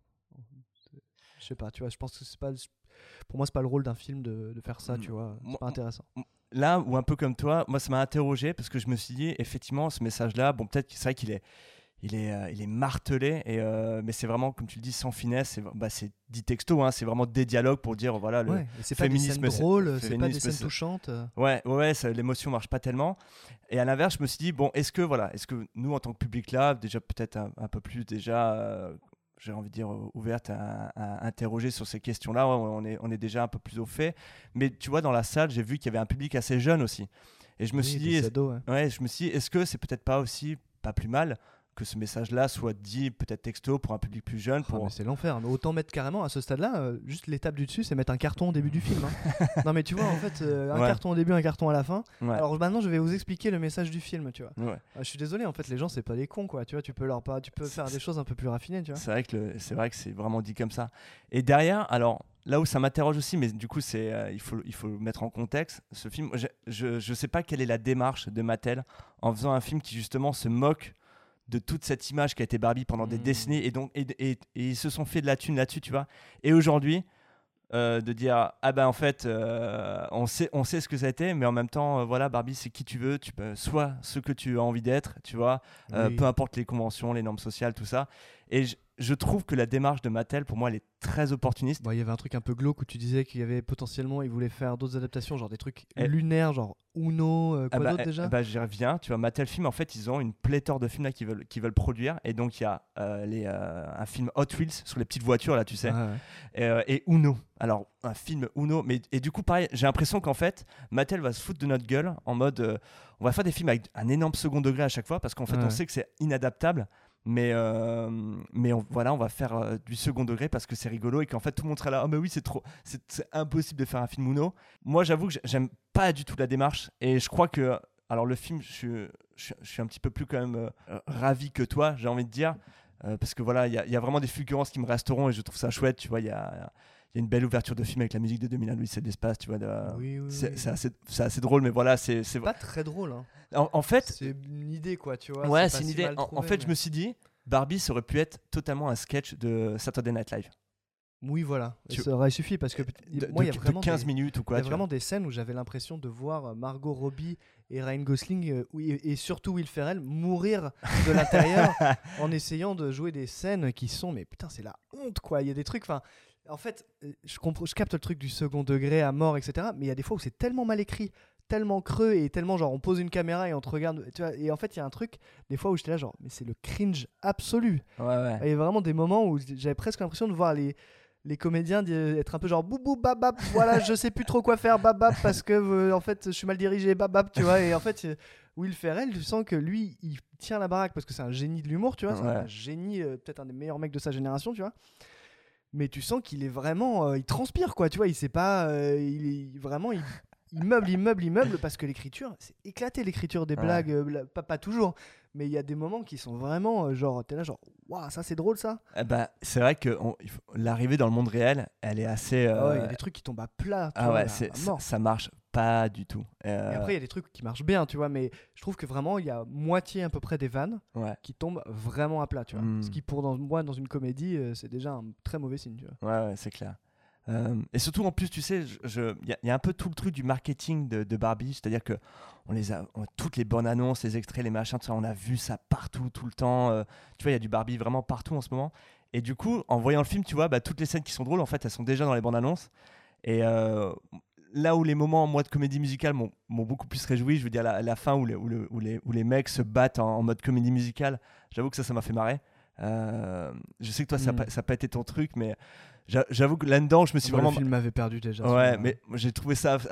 Je sais pas, tu vois, je pense que c'est pas. Pour moi, c'est pas le rôle d'un film de, de faire ça, tu vois. C'est Moi- pas intéressant. Là, ou un peu comme toi, moi, ça m'a interrogé parce que je me suis dit, effectivement, ce message-là, bon, peut-être que c'est vrai qu'il est, il est, euh, il est martelé, et, euh, mais c'est vraiment, comme tu le dis, sans finesse. C'est, bah, c'est dit texto, hein, c'est vraiment des dialogues pour dire, voilà, le Ouais, et c'est pas des féminisme. scènes c'est- drôles, c'est pas des féminisme, scènes c'est- touchantes. euh. Ouais, ouais, ouais, ça, l'émotion marche pas tellement. Et à l'inverse, je me suis dit, bon, est-ce que, voilà, est-ce que nous, en tant que public là, déjà peut-être un, un peu plus, déjà, euh, j'ai envie de dire, euh, ouverte à, à interroger sur ces questions-là, ouais, on est, on est déjà un peu plus au fait. Mais tu vois, dans la salle, j'ai vu qu'il y avait un public assez jeune aussi. Et je me Oui, suis des dit, est-ce- ados, ouais. ouais, je me suis dit, est-ce que c'est peut-être pas aussi pas plus mal que ce message-là soit dit peut-être texto pour un public plus jeune. Oh, Pour... mais c'est l'enfer. Mais autant mettre carrément à ce stade-là, euh, juste l'étape du dessus, c'est mettre un carton au début du film. hein. Non, mais tu vois, en fait, euh, un Ouais. carton au début, un carton à la fin. Ouais. Alors maintenant, je vais vous expliquer le message du film, tu vois. Ouais. Ah, je suis désolé, en fait, les gens, c'est pas des cons, quoi. Tu vois, tu peux leur pas, tu peux faire des choses un peu plus raffinées, tu vois. C'est vrai que le- c'est vrai que c'est vraiment dit comme ça. Et derrière, alors là où ça m'interroge aussi, mais du coup c'est euh, il faut il faut mettre en contexte ce film. Je, je je sais pas quelle est la démarche de Mattel en faisant un film qui justement se moque de toute cette image qui a été Barbie pendant des Mmh. décennies, et donc et, et- et ils se sont fait de la thune là-dessus, tu vois. Et aujourd'hui, euh, de dire ah ben en fait euh, on sait on sait ce que ça a été, mais en même temps euh, voilà, Barbie c'est qui tu veux, tu peux soit ce que tu as envie d'être, tu vois, euh, Oui. peu importe les conventions, les normes sociales, tout ça. Et je, je trouve que la démarche de Mattel, pour moi, elle est très opportuniste. Bon, il y avait un truc un peu glauque où tu disais qu'il y avait potentiellement, ils voulaient faire d'autres adaptations, genre des trucs Et- lunaires, genre Uno, euh, quoi Ah bah, d'autre eh, déjà eh bah, j'y reviens, tu vois, Mattel Film, en fait, ils ont une pléthore de films là qu'ils veulent, qu'ils veulent produire. Et donc, il y a euh, les, euh, un film Hot Wheels sur les petites voitures, là, tu sais, Ouais, ouais. et, euh, et Uno. Alors, un film Uno, mais et du coup, pareil, j'ai l'impression qu'en fait, Mattel va se foutre de notre gueule en mode, euh, on va faire des films avec un énorme second degré à chaque fois, parce qu'en fait, Ouais. on sait que c'est inadaptable. Mais, euh, mais on, voilà, on va faire euh, du second degré parce que c'est rigolo et qu'en fait tout le monde sera là. Oh, mais oui, c'est trop, c'est, c'est impossible de faire un film Uno. Moi, j'avoue que j'aime pas du tout la démarche, et je crois que, alors le film, je suis, je suis, je suis un petit peu plus quand même euh, ravi que toi, j'ai envie de dire, euh, parce que voilà, il y, a- il y a vraiment des fulgurances qui me resteront et je trouve ça chouette. Tu vois, il y a, il y a une belle ouverture de film avec la musique de deux mille un, L'Odyssée de l'espace. Tu vois, de- Oui, oui, c'est, oui. c'est assez, c'est assez drôle, mais voilà, c'est, c'est... Pas très drôle, hein. En, en fait, C'est une idée, quoi, tu vois. ouais, pas c'est une si idée. mal En, en trouvé, fait, je mais- me suis dit, Barbie, ça aurait pu être totalement un sketch de Saturday Night Live. Oui, voilà. Et Tu- ça aurait suffi parce que De, moi, il y a de- de vraiment quinze des... minutes ou quoi. Il y a tu vraiment des scènes où j'avais l'impression de voir Margot Robbie et Ryan Gosling euh, oui, et surtout Will Ferrell mourir de l'intérieur en essayant de jouer des scènes qui sont, mais putain, c'est la honte, quoi. Il y a des trucs, enfin, en fait, euh, je, compre- je capte le truc du second degré à mort, et cetera. Mais il y a des fois où c'est tellement mal écrit, tellement creux et tellement genre on pose une caméra et on te regarde, tu vois. Et en fait, il y a un truc des fois où j'étais là genre, mais c'est le cringe absolu. Ouais, ouais. Il y a vraiment des moments où j'avais presque l'impression de voir les les comédiens di- être un peu genre boubou babab, voilà, je sais plus trop quoi faire babab parce que euh, en fait je suis mal dirigé babab, tu vois. Et en fait euh, Will Ferrell, tu sens que lui il tient la baraque parce que c'est un génie de l'humour, tu vois. C'est Ouais. un génie, euh, peut-être un des meilleurs mecs de sa génération, tu vois. Mais tu sens qu'il est vraiment euh, il transpire, quoi, tu vois. Il sait pas euh, il est vraiment il il meuble, il meuble, il meuble parce que l'écriture, c'est éclaté l'écriture des Ouais. blagues, euh, la- pas, pas toujours, mais il y a des moments qui sont vraiment euh, genre, t'es là genre, waouh, ça c'est drôle ça. Eh ben, c'est vrai que on- il faut- l'arrivée dans le monde réel, elle est assez. Ah ouais, il y euh, a des trucs qui tombent à plat, tu ah vois, ouais, à- c'est, à ça, mort. ça marche pas du tout. Euh, Et après, il y a des trucs qui marchent bien, tu vois, mais je trouve que vraiment, il y a moitié à peu près des vannes ouais. qui tombent vraiment à plat, tu vois. Mm. Ce qui, pour dans, moi, dans une comédie, euh, c'est déjà un très mauvais signe, tu vois. Ouais, ouais, c'est clair. Euh, et surtout, en plus, tu sais, il je, y, a- y a un peu tout le truc du marketing de, de Barbie, c'est-à-dire que on les a, on- toutes les bonnes annonces, les extraits, les machins, tout ça, on a vu ça partout, tout le temps. euh, tu vois, il y a du Barbie vraiment partout en ce moment. Et du coup, en voyant le film, tu vois, bah, toutes les scènes qui sont drôles, en fait, elles sont déjà dans les bandes annonces. Et euh, là où les moments, moi, de comédie musicale m'ont, m'ont beaucoup plus réjoui, je veux dire, la, la fin où, le- où, le- où les, où les mecs se battent en, en mode comédie musicale, j'avoue que ça, ça m'a fait marrer. Euh, je sais que toi, ça n'a Mm. pas, pas été ton truc, mais j'a- j'avoue que là-dedans, je me suis Moi, vraiment. le film m'avait perdu déjà. Ouais, celui-là. mais moi, j'ai trouvé ça as-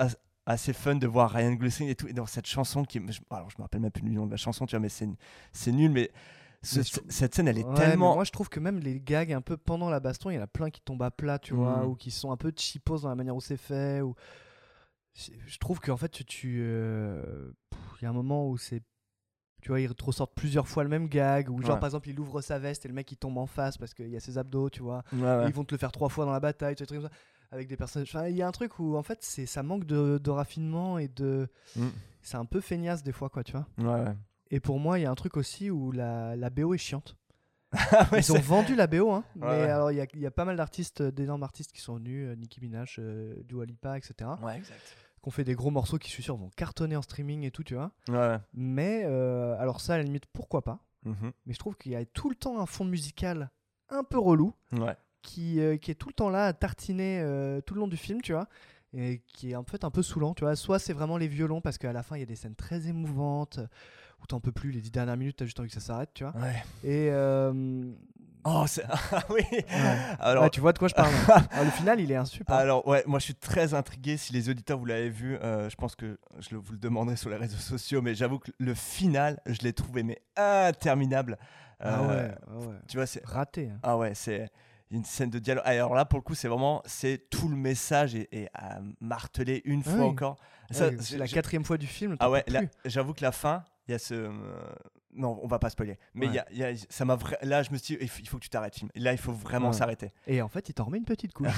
assez fun de voir Ryan Gosling et tout, et dans cette chanson qui, je, alors je me rappelle même plus le nom de la chanson, tu vois, mais c'est, c'est nul, mais, ce, Mais je- cette scène, elle est Ouais, tellement. mais moi je trouve que même les gags un peu pendant la baston, il y en a plein qui tombent à plat, tu vois, Mm. ou qui sont un peu cheapos dans la manière où c'est fait. Ou... c'est- Je trouve qu'en fait, tu. tu, euh, pff, Il y a un moment où c'est. Tu vois, ils te ressortent plusieurs fois le même gag, ou genre Ouais. par exemple, il ouvre sa veste et le mec il tombe en face parce qu'il y a ses abdos, tu vois. Ouais, ouais. Et ils vont te le faire trois fois dans la bataille, tu vois, des trucs comme ça. Avec des personnages. Enfin, il y a un truc où en fait, c'est, ça manque de, de raffinement et de. Mm. C'est un peu feignasse des fois, quoi, tu vois. Ouais, ouais. Et pour moi, il y a un truc aussi où la, la B O est chiante. Ah ouais, Ils ont c'est- vendu la B O, hein, Ouais, mais ouais. alors il y a, il y a pas mal d'artistes, euh, d'énormes artistes qui sont venus, euh, Nicki Minaj, euh, Dua Lipa, et cetera. Ouais, exact. Qui ont fait des gros morceaux qui, je suis sûr, vont cartonner en streaming et tout, tu vois. Ouais, ouais. Mais euh, alors ça, à la limite, pourquoi pas. Mhm. Mais je trouve qu'il y a tout le temps un fond musical un peu relou Ouais. qui, euh, qui est tout le temps là à tartiner euh, tout le long du film, tu vois. Et qui est en fait un peu saoulant, tu vois. Soit c'est vraiment les violons parce qu'à la fin il y a des scènes très émouvantes où t'en peux plus, les dix dernières minutes t'as juste envie que ça s'arrête, tu vois. Ouais. Et euh, Oh, c'est... ah oui. ouais. Alors, Ouais, tu vois de quoi je parle. Alors, le final il est insupportable. Alors ouais, moi je suis très intrigué. Si les auditeurs vous l'avez vu, euh, je pense que je le- vous le demanderai sur les réseaux sociaux, mais j'avoue que le final, je l'ai trouvé mais interminable. Ah Euh, ouais, ah ouais. Tu vois, c'est Raté. hein. ah ouais, c'est une scène de dialogue. Alors là, pour le coup, c'est vraiment c'est tout le message et, et à marteler une Ah fois oui. encore. Ouais, c'est j'ai- la j'ai- quatrième fois du film. Ah t'en ouais, peux là, plus. j'avoue que la fin, il y a ce euh, non, on va pas spoiler. Mais il Ouais. y a- il y a- ça m'a vra- là, je me suis dit, il faut, il faut que tu t'arrêtes, film. Là, il faut vraiment Ouais. s'arrêter. Et en fait il t'en remet une petite couche.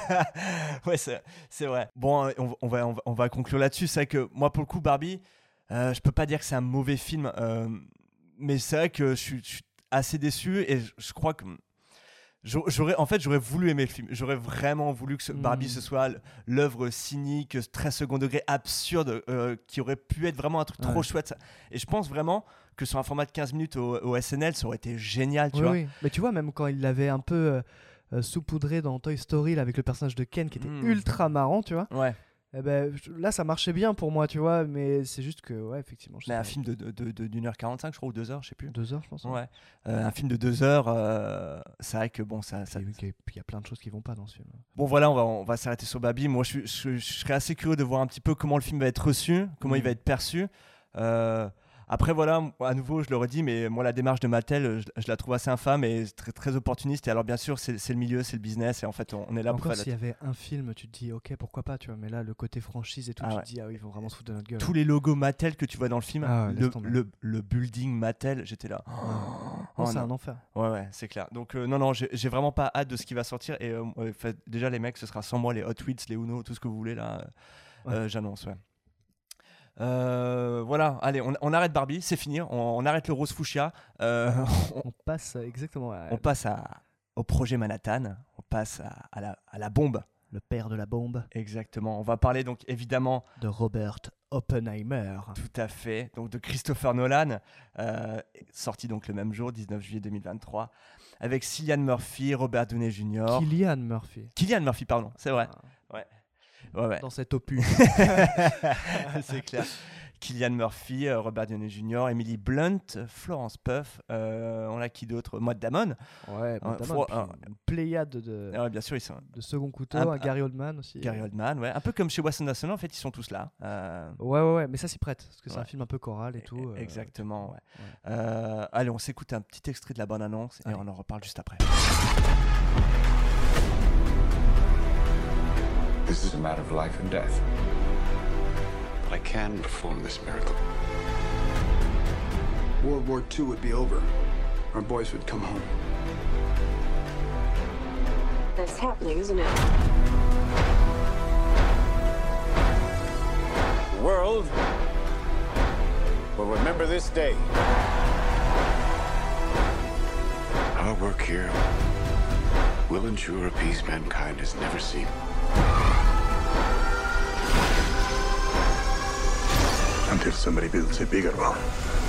Ouais, c'est, c'est vrai. Bon, on, on va, on, va, on va conclure là-dessus. C'est vrai que moi, pour le coup, Barbie, euh, je peux pas dire que c'est un mauvais film, euh, mais c'est vrai que je suis, je suis assez déçu et je, je crois que j'a- j'aurais, en fait, j'aurais voulu aimer le film. J'aurais vraiment voulu que ce Barbie Mm. ce soit l- l'œuvre cynique, très second degré, absurde, euh, qui aurait pu être vraiment un truc trop Ouais. chouette. Et je pense vraiment que sur un format de quinze minutes au, au S N L, ça aurait été génial, tu Oui, vois. oui. Mais tu vois, même quand il l'avait un peu euh, euh, saupoudré dans Toy Story là, avec le personnage de Ken qui était Mm. ultra marrant, tu vois. Ouais. Eh ben, je- là, ça marchait bien pour moi, tu vois, mais c'est juste que, ouais, effectivement. je Mais sais un pas, film de, de, de, de- d'une heure quarante-cinq, je crois, ou deux heures, je sais plus. deux heures, je pense. hein. Ouais. Euh, un film de deux heures, euh, c'est vrai que bon, ça. ça... Et oui, qu'il y a- puis il y a plein de choses qui vont pas dans ce film. Bon, voilà, on va, on va s'arrêter sur Barbie. Moi, je, suis- je, je serais assez curieux de voir un petit peu comment le film va être reçu, comment il Mm. va être perçu. Euh, Après, voilà, à nouveau, je le redis, mais moi, la démarche de Mattel, je, je la trouve assez infâme et très, très opportuniste. Et alors, bien sûr, c'est c'est le milieu, c'est le business. Et en fait, on, on est là pour Encore faire s'il y la- avait un film, tu te dis, ok, pourquoi pas, tu vois, mais là, le côté franchise et tout, Ah tu ouais. te dis, ah oui, ils vont vraiment se foutre de notre gueule. tous les logos Mattel que tu vois dans le film, Ah ouais, laisse le, tomber. le, le building Mattel, j'étais là. Non, Oh, c'est non. un enfer. Ouais, ouais, c'est clair. Donc, euh, non, non, j'ai j'ai vraiment pas hâte de ce qui va sortir. Et euh, ouais, fait, déjà, les mecs, ce sera sans moi, les Hot Wheels, les Uno, tout ce que vous voulez, là. Ouais. Euh, J'annonce, ouais. Euh, voilà, allez, on, on arrête Barbie, c'est fini. On, on arrête le rose fuchsia. Euh, on, On passe exactement à on passe à, au projet Manhattan. On passe à, à la, à la bombe. le père de la bombe Exactement. On va parler donc évidemment de Robert Oppenheimer. Tout à fait. Donc de Christopher Nolan, euh, sorti donc le même jour, dix-neuf juillet deux mille vingt-trois, avec Cillian Murphy, Robert Downey junior Cillian Murphy. Cillian Murphy, pardon, c'est vrai. Ah. Ouais. Ouais, ouais. Dans cet opus. C'est clair. Cillian Murphy, euh, Robert Downey junior, Emily Blunt, Florence Puff, euh, on a qui d'autre? Matt Damon. Ouais, Matt Damon, Fro- puis euh, une pléiade de, ouais, bien sûr, ils sont. de second couteau, Un- un Gary Oldman aussi. Gary Oldman, ouais. Un peu comme chez Wes Anderson, en fait, ils sont tous là. Euh, Ouais, ouais, ouais, mais ça s'y prête, parce que c'est Ouais. un film un peu choral et tout. euh, Exactement, ouais. ouais. Euh, allez, on s'écoute un petit extrait de la bande-annonce et Allez. on en reparle juste après. This is a matter of life and death. But I can perform this miracle. World War Two would be over. Our boys would come home. That's happening, isn't it? The world will remember this day. Our work here will ensure a peace mankind has never seen. Until somebody builds a bigger one.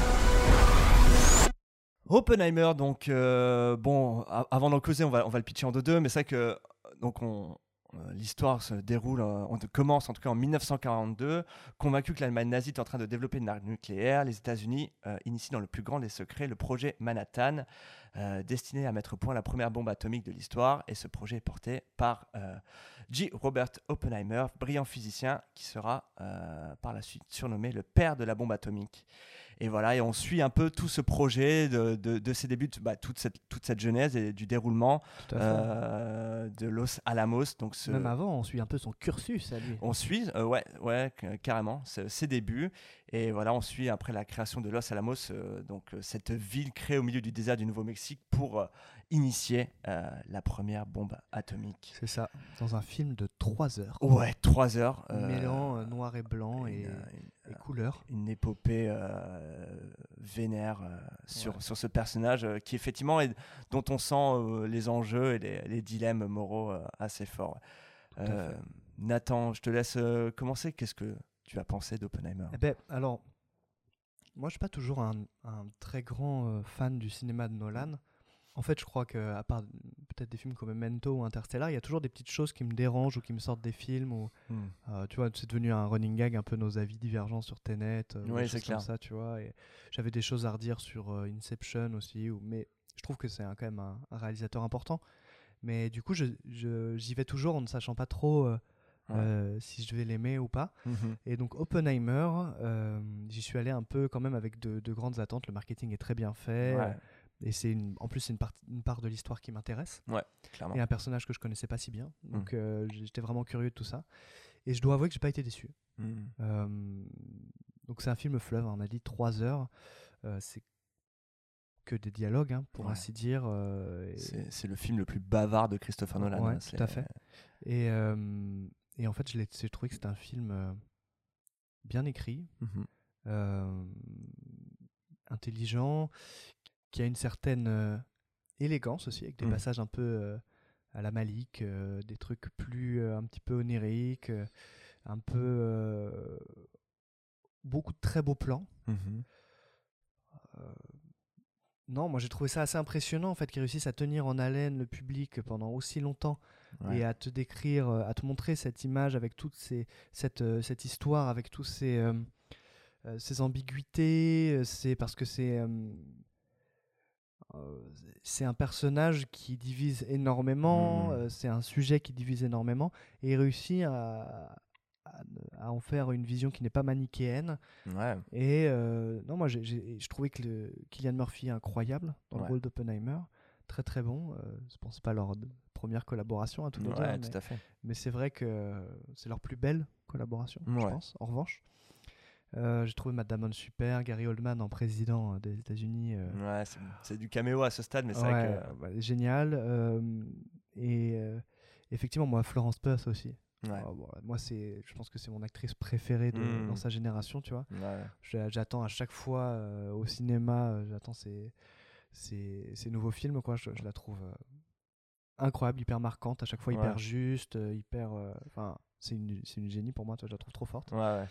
Oppenheimer, donc, euh, bon, a- avant d'en causer, on va, on va le pitcher en deux-deux, mais c'est vrai que donc on, euh, l'histoire se déroule, euh, on commence en tout cas en mille neuf cent quarante-deux, convaincu que l'Allemagne nazie est en train de développer une arme nucléaire, les États-Unis euh, initient dans le plus grand des secrets le projet Manhattan. euh, destiné à mettre au point la première bombe atomique de l'histoire. Et ce projet est porté par euh, J. Robert Oppenheimer, brillant physicien qui sera euh, par la suite surnommé le père de la bombe atomique. Et voilà, et on suit un peu tout ce projet de, de, de ses débuts, bah, toute, cette, toute cette genèse et du déroulement euh, de Los Alamos. Donc ce... Même avant, on suit un peu son cursus à lui. On suit, euh, ouais, ouais, carrément, ses débuts. Et voilà, on suit après la création de Los Alamos, euh, donc euh, cette ville créée au milieu du désert du Nouveau-Mexique pour euh, initier euh, la première bombe atomique. C'est ça, dans un film de trois heures. Ouais, trois heures. Euh, Mêlant euh, noir et blanc une, et, une, et couleur. Une épopée euh, vénère euh, sur, ouais. sur ce personnage euh, qui effectivement est, dont on sent euh, les enjeux et les, les dilemmes moraux euh, assez forts. Euh, Nathan, je te laisse euh, commencer. Qu'est-ce que tu as pensé d'Oppenheimer? Eh ben, alors, moi je suis pas toujours un, un très grand euh, fan du cinéma de Nolan. En fait, je crois qu'à part peut-être des films comme Memento ou Interstellar, il y a toujours des petites choses qui me dérangent ou qui me sortent des films. Ou, mm. euh, tu vois, c'est devenu un running gag, un peu nos avis divergents sur Tenet, euh, ouais, des c'est choses clair. comme ça, tu vois. Et j'avais des choses à redire sur euh, Inception aussi, ou, mais je trouve que c'est un, quand même un, un réalisateur important. Mais du coup, je, je, j'y vais toujours en ne sachant pas trop euh, ouais. euh, si je vais l'aimer ou pas. Mm-hmm. Et donc Oppenheimer, euh, j'y suis allé un peu quand même avec de, de grandes attentes. Le marketing est très bien fait. Ouais. Et c'est une, en plus, c'est une, part, une part de l'histoire qui m'intéresse. Ouais, clairement. Et un personnage que je connaissais pas si bien. Donc, mmh. euh, j'étais vraiment curieux de tout ça. Et je dois avouer que j'ai pas été déçu. Mmh. Euh, donc, c'est un film fleuve. Hein, on a dit trois heures. Euh, c'est que des dialogues, hein, pour ouais. ainsi dire. Euh, et... c'est, c'est le film le plus bavard de Christopher Nolan. Ouais, hein, tout à fait. Et, euh, et en fait, je l'ai, j'ai trouvé que c'était un film euh, bien écrit, mmh. euh, intelligent, qui a une certaine euh, élégance aussi, avec des mmh. passages un peu euh, à la Malick, euh, des trucs plus euh, un petit peu oniriques, euh, un peu euh, beaucoup de très beaux plans. Mmh. Euh, non, moi j'ai trouvé ça assez impressionnant en fait, qu'ils réussissent à tenir en haleine le public pendant aussi longtemps ouais. et à te décrire, à te montrer cette image avec toute ces, cette, euh, cette histoire, avec tous ces, euh, euh, ces ambiguïtés, c'est parce que c'est euh, Euh, c'est un personnage qui divise énormément, mmh. euh, c'est un sujet qui divise énormément, et il réussit à, à, à en faire une vision qui n'est pas manichéenne. Ouais. Et euh, non, moi, j'ai, j'ai, je trouvais que le, Cillian Murphy est incroyable dans ouais. le rôle d'Oppenheimer, très très bon. Euh, je pense pas leur première collaboration à tous les ouais, deux, ouais, mais, tout à fait. mais c'est vrai que c'est leur plus belle collaboration, ouais. je pense. En revanche. Euh, j'ai trouvé Matt Damon super, Gary Oldman en président euh, des États-Unis. Euh... Ouais, c'est, c'est du caméo à ce stade, mais c'est ouais, vrai que. Bah, génial. Euh, et euh, effectivement, moi, Florence Pugh aussi. Ouais. Oh, bon, moi, c'est, je pense que c'est mon actrice préférée de, mmh. dans sa génération, tu vois. Ouais. Je, j'attends à chaque fois euh, au cinéma, euh, j'attends ces, ces, ces nouveaux films, quoi. Je, je la trouve euh, incroyable, hyper marquante, à chaque fois hyper ouais. juste, euh, hyper. Enfin, euh, c'est une, c'est une génie pour moi, toi, je la trouve trop forte. Ouais, ouais.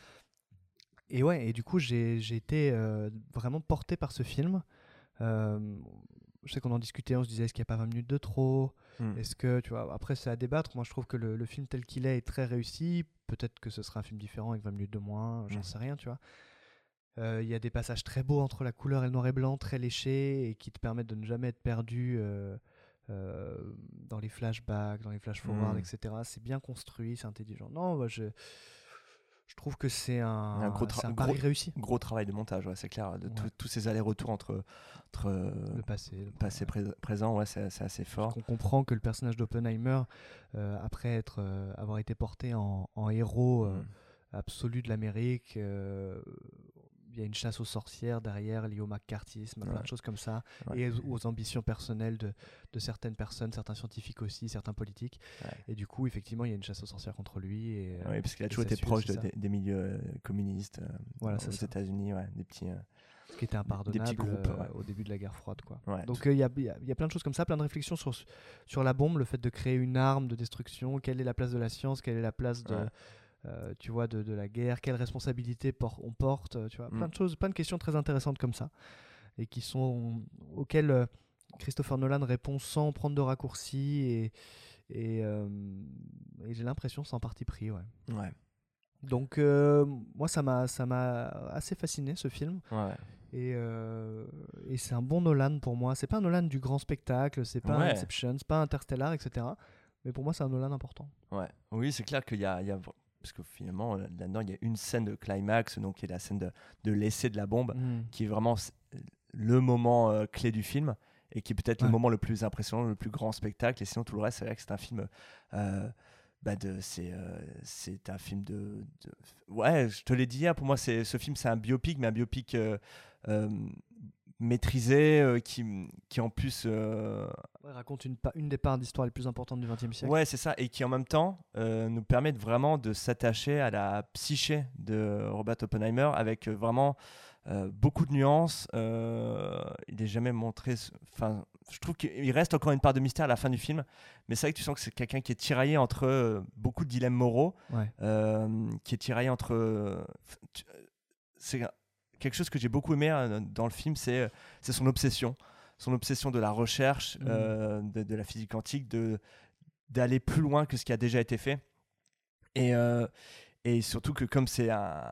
Et ouais, et du coup, j'ai, j'ai été euh, vraiment porté par ce film. Euh, je sais qu'on en discutait, on se disait, est-ce qu'il n'y a pas vingt minutes de trop mm. Est-ce que, tu vois, après, c'est à débattre. Moi, je trouve que le, le film tel qu'il est est très réussi. Peut-être que ce sera un film différent avec vingt minutes de moins, j'en mm. sais rien, tu vois. Il euh, y a des passages très beaux entre la couleur et le noir et blanc, très léchés, et qui te permettent de ne jamais être perdu euh, euh, dans les flashbacks, dans les flash-forwards, mm. et cetera. C'est bien construit, c'est intelligent. Non, bah, je... Je trouve que c'est un, un, gros, tra- c'est un pari gros, réussi. Gros travail de montage, ouais, c'est clair. De ouais. Tous ces allers-retours entre, entre le passé, le passé ouais. pré- présent, ouais, c'est, c'est assez fort. On comprend que le personnage d'Oppenheimer, euh, après être, euh, avoir été porté en, en héros euh, mm. absolu de l'Amérique, euh, il y a une chasse aux sorcières derrière, liée au macartisme, ouais. plein de choses comme ça, ouais. et aux, aux ambitions personnelles de, de certaines personnes, certains scientifiques aussi, certains politiques. Ouais. Et du coup, effectivement, il y a une chasse aux sorcières contre lui. Et, oui, parce qu'il a toujours été proche de, des, des milieux euh, communistes euh, voilà, aux États-Unis, ouais, des petits. Euh, Ce qui était impardonnable des petits groupes, euh, ouais. au début de la guerre froide, quoi. Ouais, Donc il euh, y, y, y a plein de choses comme ça, plein de réflexions sur, sur la bombe, le fait de créer une arme de destruction, quelle est la place de la science, quelle est la place de. Ouais. Euh, tu vois, de, de la guerre, quelle responsabilité por- on porte, tu vois, mm. plein de choses, plein de questions très intéressantes comme ça, et qui sont auxquelles euh, Christopher Nolan répond sans prendre de raccourcis, et, et, euh, et j'ai l'impression sans parti pris, ouais. Ouais. Donc euh, moi ça m'a ça m'a assez fasciné ce film. Ouais. Et, euh, et c'est un bon Nolan pour moi. C'est pas un Nolan du grand spectacle, c'est pas Ouais. un Inception, c'est pas Interstellar, et cetera. Mais pour moi c'est un Nolan important. Ouais. Oui, c'est clair qu'il y a, il y a parce que finalement là-dedans il y a une scène de climax, donc qui est la scène de, de l'essai de la bombe, Mm. qui est vraiment le moment euh, clé du film et qui est peut-être Ouais. le moment le plus impressionnant, le plus grand spectacle. Et sinon tout le reste, c'est vrai que c'est un film. Euh, bah de, c'est, euh, c'est un film de, de. Ouais, je te l'ai dit hier. Pour moi, c'est ce film, c'est un biopic, mais un biopic euh, euh, maîtrisé, euh, qui, qui en plus. Euh, Ouais, raconte une, pa- une des parts d'histoire les plus importantes du vingtième siècle. Ouais, c'est ça, et qui en même temps euh, nous permet de vraiment de s'attacher à la psyché de Robert Oppenheimer avec euh, vraiment euh, beaucoup de nuances. Euh, il n'est jamais montré. Enfin, je trouve qu'il reste encore une part de mystère à la fin du film, mais c'est vrai que tu sens que c'est quelqu'un qui est tiraillé entre euh, beaucoup de dilemmes moraux, Ouais. euh, qui est tiraillé entre. Euh, tu- c'est quelque chose que j'ai beaucoup aimé euh, dans le film, c'est c'est son obsession. Son obsession de la recherche, Mmh. euh, de, de la physique quantique, de, d'aller plus loin que ce qui a déjà été fait. Et, euh, et surtout que comme c'est un,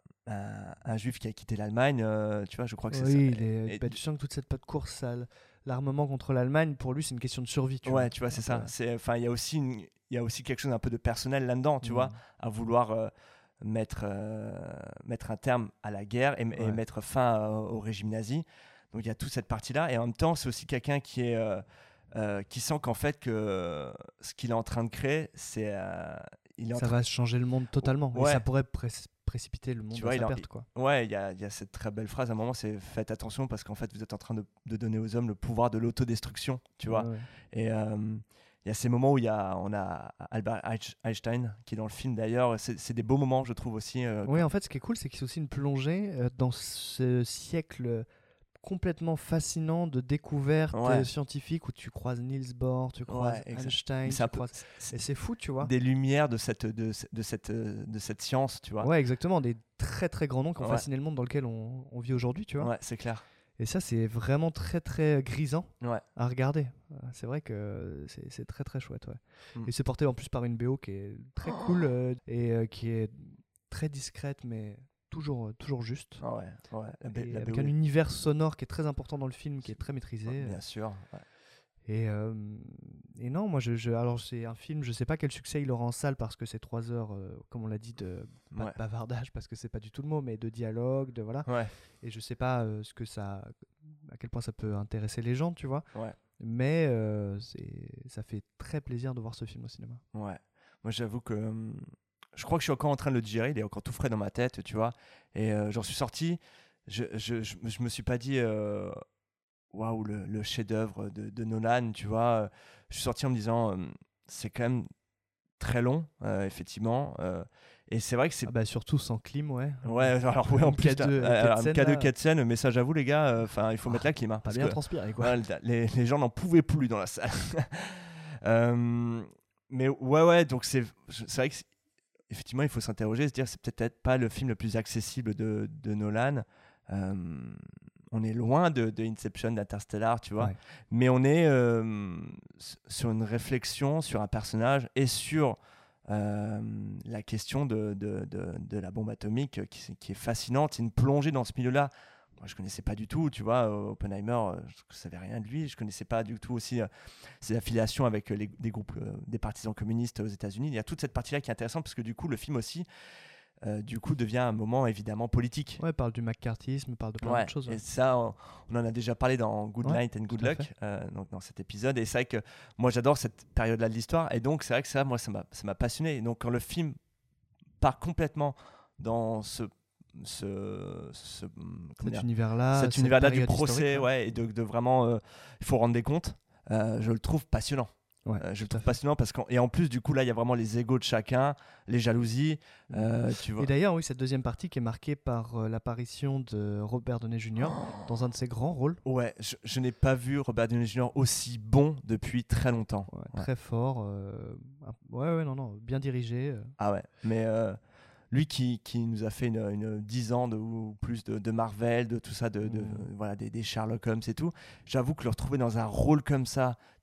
un, un juif qui a quitté l'Allemagne, euh, tu vois, je crois que c'est Oui, ça. il est- Et- bah, tu sens que toute cette pas de course à l- l'armement contre l'Allemagne, pour lui, c'est une question de survie. Tu ouais, vois. tu vois, c'est Donc, ça. euh, C'est, enfin, il y a aussi une- il y a aussi quelque chose un peu de personnel là-dedans, tu Mm. vois, à vouloir euh, mettre, euh, mettre un terme à la guerre et, et Ouais. mettre fin euh, au régime nazi. Donc il y a toute cette partie-là. Et en même temps, c'est aussi quelqu'un qui est euh, euh, qui sent qu'en fait que ce qu'il est en train de créer, c'est euh, il est en Ça train- va changer le monde totalement. Et Ouais. ça pourrait pré- précipiter le monde Tu à vois, sa il en- perte, quoi. Ouais, il y a, il y a cette très belle phrase à un moment, c'est faites attention parce qu'en fait vous êtes en train de, de donner aux hommes le pouvoir de l'autodestruction, tu vois. Ouais, ouais. Et euh, il y a ces moments où il y a, on a Albert Einch- Einstein qui est dans le film d'ailleurs. C'est, c'est des beaux moments, je trouve aussi. euh, Oui, en fait, ce qui est cool, c'est qu'il y a aussi une plongée euh, dans ce siècle complètement fascinant de découvertes Ouais. euh, scientifiques où tu croises Niels Bohr, tu croises Ouais, exact. Einstein, Mais c'est un tu peu- croises... c'est- Et c'est fou, tu vois. des lumières de cette, de, de cette, euh, de cette science, tu vois. Ouais, exactement, des très très grands noms qui ont Ouais. fasciné le monde dans lequel on, on vit aujourd'hui, tu vois. Ouais, c'est clair. Et ça, c'est vraiment très très grisant Ouais. à regarder. Euh, C'est vrai que c'est c'est très très chouette, ouais. Mm. Et c'est porté en plus par une B O qui est très cool euh, et euh, qui est très discrète, mais toujours, toujours juste. Ah ouais, ouais. La, B- Et la avec B O un est- univers sonore qui est très important dans le film, qui est très maîtrisé. Ouais, bien sûr. Ouais. Et, euh, et non, moi, je, je- alors c'est un film, je sais pas quel succès il aura en salle parce que c'est trois heures, euh, comme on l'a dit, de pas Ouais. de bavardage parce que c'est pas du tout le mot, mais de dialogue, de voilà. Ouais. Et je sais pas euh, ce que ça, à quel point ça peut intéresser les gens, tu vois. Ouais. Mais euh, c'est, ça fait très plaisir de voir ce film au cinéma. Ouais. Moi, j'avoue que hum, je crois que je suis encore en train de le digérer. Il est encore tout frais dans ma tête, tu vois. Et euh, j'en suis sorti. Je, je, je, je me suis pas dit euh, waouh, le, le chef-d'œuvre de, de Nolan, tu vois. Je suis sorti en me disant hum, c'est quand même très long, euh, effectivement. Euh, et c'est vrai que c'est. Ah bah surtout sans clim, ouais. Ouais, alors ouais, en Une plus, K deux, là, une euh, quatre un scènes, K deux, là. quatre scènes, mais ça, j'avoue, les gars, enfin, il faut mettre la clim. Hein, Pas parce bien que, transpiré, quoi. voilà, les, les gens n'en pouvaient plus dans la salle. Euh, mais ouais, ouais, donc c'est, c'est vrai que c'est- effectivement, il faut s'interroger, se dire, c'est peut-être pas le film le plus accessible de, de Nolan. Euh, on est loin de, de Inception, d'Interstellar, tu vois, Ouais. mais on est euh, s- sur une réflexion sur un personnage et sur euh, la question de, de, de, de la bombe atomique qui, qui est fascinante. C'est une plongée dans ce milieu-là. Moi, je connaissais pas du tout, tu vois, euh, Oppenheimer, euh, je savais rien de lui. Je connaissais pas du tout aussi euh, ses affiliations avec euh, les, des groupes, euh, des partisans communistes aux États-Unis. Il y a toute cette partie-là qui est intéressante parce que du coup, le film aussi, euh, du coup, devient un moment évidemment politique. Ouais, parle du macartisme, parle de plein Ouais, d'autres choses. et ouais. ça, on, on en a déjà parlé dans Good Ouais, Night and Good tout à Luck, fait. euh, donc dans cet épisode. Et c'est vrai que moi, j'adore cette période-là de l'histoire. Et donc, c'est vrai que ça, moi, ça m'a, ça m'a passionné. Et donc, quand le film part complètement dans ce ce, ce comment Cet dire, univers-là, cet cette univers-là du période procès, historique, ouais, et de, de vraiment, euh, il faut rendre des comptes. Euh, je le trouve passionnant. Ouais, Euh, je le tout à trouve passionnant parce qu'en et en plus du coup là il y a vraiment les égos de chacun, les jalousies, euh, tu vois. Et d'ailleurs, oui, cette deuxième partie qui est marquée par euh, l'apparition de Robert Downey junior dans un de ses grands rôles. Ouais, je, je n'ai pas vu Robert Downey junior aussi bon depuis très longtemps. Ouais, Ouais. Très fort. euh, un- ouais, ouais, non, non, bien dirigé. euh. Ah ouais, mais euh, lui qui, qui nous a fait une, une dix ans de, ou plus de, de Marvel, de tout ça, de, de- Mm. voilà, des, des Sherlock Holmes et tout, j'avoue que le retrouver dans un rôle comme ça,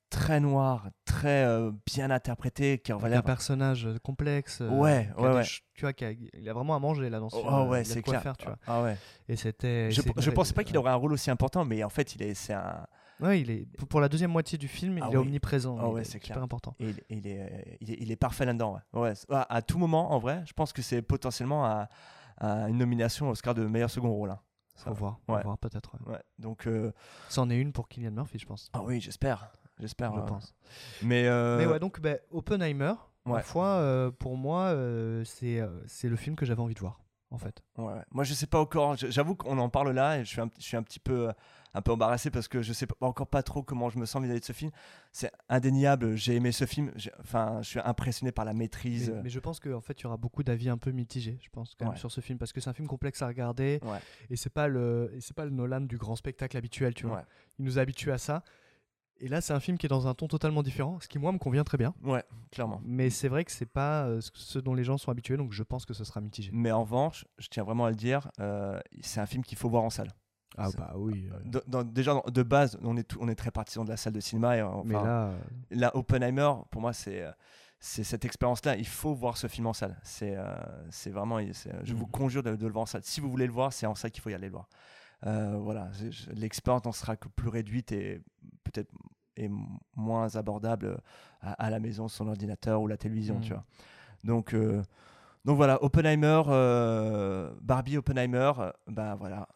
très noir, très euh, bien interprété, qui Avec un personnage complexe. euh, Ouais, qui a ouais, des ouais. ch- Tu vois, qui a, il a vraiment à manger là dans ce Oh, film. oh, euh, ouais, il a c'est de quoi clair. faire, tu vois. Ah ouais. Et c'était. Je, c'est je une- pensais pas qu'il ouais. aurait un rôle aussi important, mais en fait, il est, c'est un. Ouais, il est pour la deuxième moitié du film, Ah il est oui. omniprésent. Ah il ouais, est c'est super clair. important. Et il, il est, euh, il est, il est parfait là-dedans. Ouais. Ouais, c'est- à, à tout moment, en vrai, je pense que c'est potentiellement à, à une nomination Oscar de meilleur second rôle. Hein. Faut voir, faut ouais. voir peut-être. Ouais. Ouais. Donc. Euh... Ça en est une pour Cillian Murphy, je pense. Ah oui, j'espère. J'espère. Je euh, pense. Mais, euh... Mais ouais, donc bah, Oppenheimer, Ouais. ma foi, euh, pour moi, euh, c'est euh, c'est le film que j'avais envie de voir, en fait. Ouais, ouais. Moi, je sais pas encore. je- J'avoue qu'on en parle là et je suis un, je suis un petit peu, euh, un peu embarrassé parce que je sais pas, encore pas trop comment je me sens vis-à-vis de ce film. C'est indéniable. J'ai aimé ce film. J'ai- Enfin, je suis impressionné par la maîtrise. Mais, mais je pense qu'en fait, il y aura beaucoup d'avis un peu mitigés, je pense, quand même, Ouais. sur ce film, parce que c'est un film complexe à regarder, Ouais. et c'est pas le, et c'est pas le Nolan du grand spectacle habituel, tu vois. Ouais. Il nous a habitués à ça. Et là, c'est un film qui est dans un ton totalement différent, ce qui moi me convient très bien. Ouais, clairement. Mais c'est vrai que c'est pas euh, ce- ce dont les gens sont habitués, donc je pense que ce sera mitigé. Mais en revanche, je tiens vraiment à le dire, euh, c'est un film qu'il faut voir en salle. Ah C'est- bah oui. euh, De- dans- déjà, dans- de base, on est, tout- on est très partisan de la salle de cinéma. Et, euh, Mais enfin, là, euh, là, Oppenheimer, pour moi, c'est, euh, c'est cette expérience-là. Il faut voir ce film en salle. C'est, euh, c'est vraiment, c'est- je vous Mhm. conjure de, de le voir en salle. Si vous voulez le voir, c'est en salle qu'il faut y aller le voir. Euh, voilà, je- je- l'expérience en sera que plus réduite et peut-être et m- moins abordable à, à la maison sur l'ordinateur ou la télévision, Mhm. tu vois. Donc, euh, donc voilà, Oppenheimer, euh, Barbie, Oppenheimer, euh, ben voilà,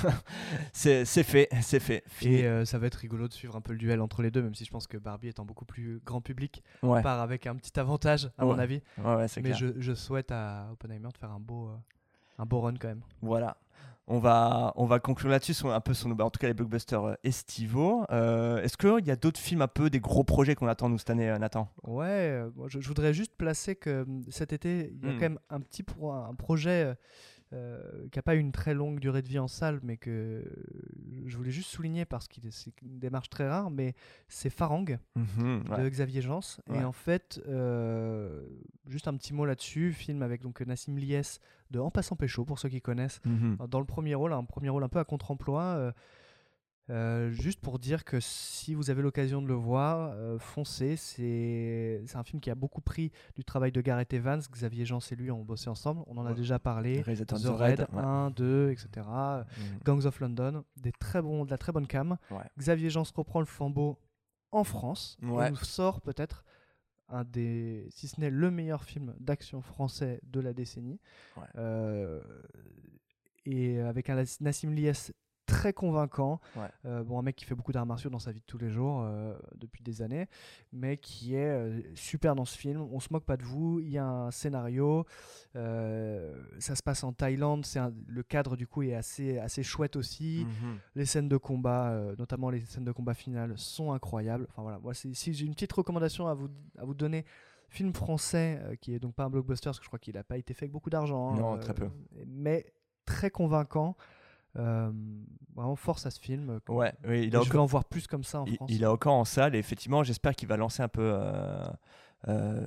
c'est c'est fait, c'est fait. Fini. et euh, ça va être rigolo de suivre un peu le duel entre les deux, même si je pense que Barbie étant beaucoup plus grand public, Ouais. part avec un petit avantage, à Ouais. mon avis. Ouais, ouais, c'est Mais clair. je, je souhaite à Oppenheimer de faire un beau, euh, un beau run quand même. Voilà. On va, on va conclure là-dessus, sur un peu sur nos- bah, en tout cas les blockbusters euh, estivaux. Euh, Est-ce qu'il y a d'autres films un peu, des gros projets qu'on attend nous cette année, euh, Nathan? Ouais, euh, moi, je, je voudrais juste placer que hum, cet été, il y a Hmm. quand même un petit pro- un projet euh, euh, qui n'a pas une très longue durée de vie en salle, mais que je voulais juste souligner parce que c'est une démarche très rare, mais c'est Farang Mhm, de ouais. Xavier Jans. Ouais. Et en fait, euh, juste un petit mot là-dessus, film avec donc Nassim Liès de En passant pécho, pour ceux qui connaissent, Mhm. dans le premier rôle, un premier rôle un peu à contre-emploi. euh, euh, juste pour dire que si vous avez l'occasion de le voir, euh, foncez. C'est c'est un film qui a beaucoup pris du travail de Gareth Evans. Xavier Jans et lui ont bossé ensemble. On en a Ouais. déjà parlé. Le réalisateur The de The Raid, Raid, ouais. un, deux, et cetera. Mhm. Gangs of London, des très bons, de la très bonne cam. Ouais. Xavier Jans reprend le flambeau en France Ouais. et nous sort peut-être un des, si ce n'est le meilleur film d'action français de la décennie. Ouais. Euh, et avec un Nas- Nassim Liès très convaincant. Ouais. Euh, bon, un mec qui fait beaucoup d'arts martiaux dans sa vie de tous les jours euh, depuis des années, mais qui est euh, super dans ce film. On se moque pas de vous. Il y a un scénario. euh, ça se passe en Thaïlande. C'est un- le cadre du coup est assez assez chouette aussi. Mhm. Les scènes de combat, euh, notamment les scènes de combat finales, sont incroyables. Enfin voilà, moi c'est- si j'ai une petite recommandation à vous à vous donner. Film français euh, qui est donc pas un blockbuster parce que je crois qu'il n'a pas été fait avec beaucoup d'argent. hein, Non, euh, très peu. Mais très convaincant. Euh, vraiment force à ce film. que- Ouais, oui, il et a je encore- veux en voir plus comme ça en il, France. il est encore en salle et effectivement, j'espère qu'il va lancer un peu. euh, euh,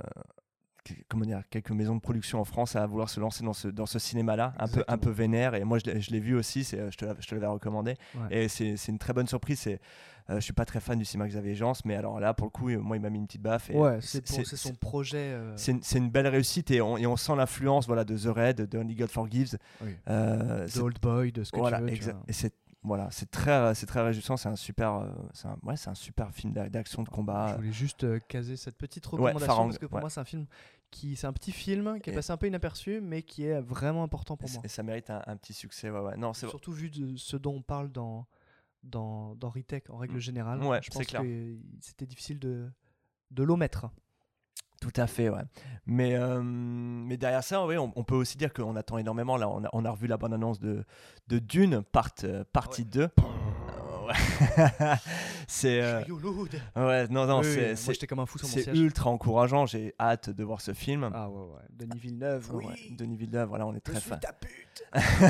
que- comment dire, quelques maisons de production en France à vouloir se lancer dans ce, dans ce cinéma-là, un peu, un Exactement. peu vénère. Et moi, je l'ai, je l'ai vu aussi, c'est, euh, je te, l'a- je te l'avais recommandé. Ouais. Et c'est, c'est une très bonne surprise. C'est, euh, je suis pas très fan du cinéma Xavier Jans, mais alors là, pour le coup, euh, moi, il m'a mis une petite baffe. Et Ouais, c'est, pour- c'est son projet. euh, c'est une, c'est une belle réussite et on, et on sent l'influence voilà, de The Raid, de Only God Forgives. Oui. Euh, de c'est- Old Boy, de ce que voilà, tu veux. tu exa- vois. et c'est voilà, c'est très, c'est très réjouissant. C'est un super, euh, c'est un, ouais, c'est un super film d'a- d'action de combat. Je voulais juste euh, caser cette petite Ouais, recommandation Farang, parce que pour ouais. moi c'est un film qui c'est un petit film qui est Et- passé un peu inaperçu mais qui est vraiment important pour Et, moi. et ça mérite un, un petit succès. Ouais, ouais. Non, c'est Surtout vu de ce dont on parle dans dans dans Ritech en règle Mm. générale. Ouais, je c'est pense clair. que c'était difficile de de l'omettre. tout à fait, ouais. Mais, euh, mais derrière ça, oui, on, on peut aussi dire qu'on attend énormément. Là, on a, on a revu la bande-annonce de, de Dune, part, euh, partie deux. Euh, ouais. c'est. euh, ouais, non, non, Oui, c'est. oui, moi, c'est- j'étais comme un fou sur mon c'est siège. ultra encourageant. J'ai hâte de voir ce film. Ah ouais, ouais. Denis Villeneuve, oui. Ouais, Denis Villeneuve, voilà, on est Je très suis fan. ta pute.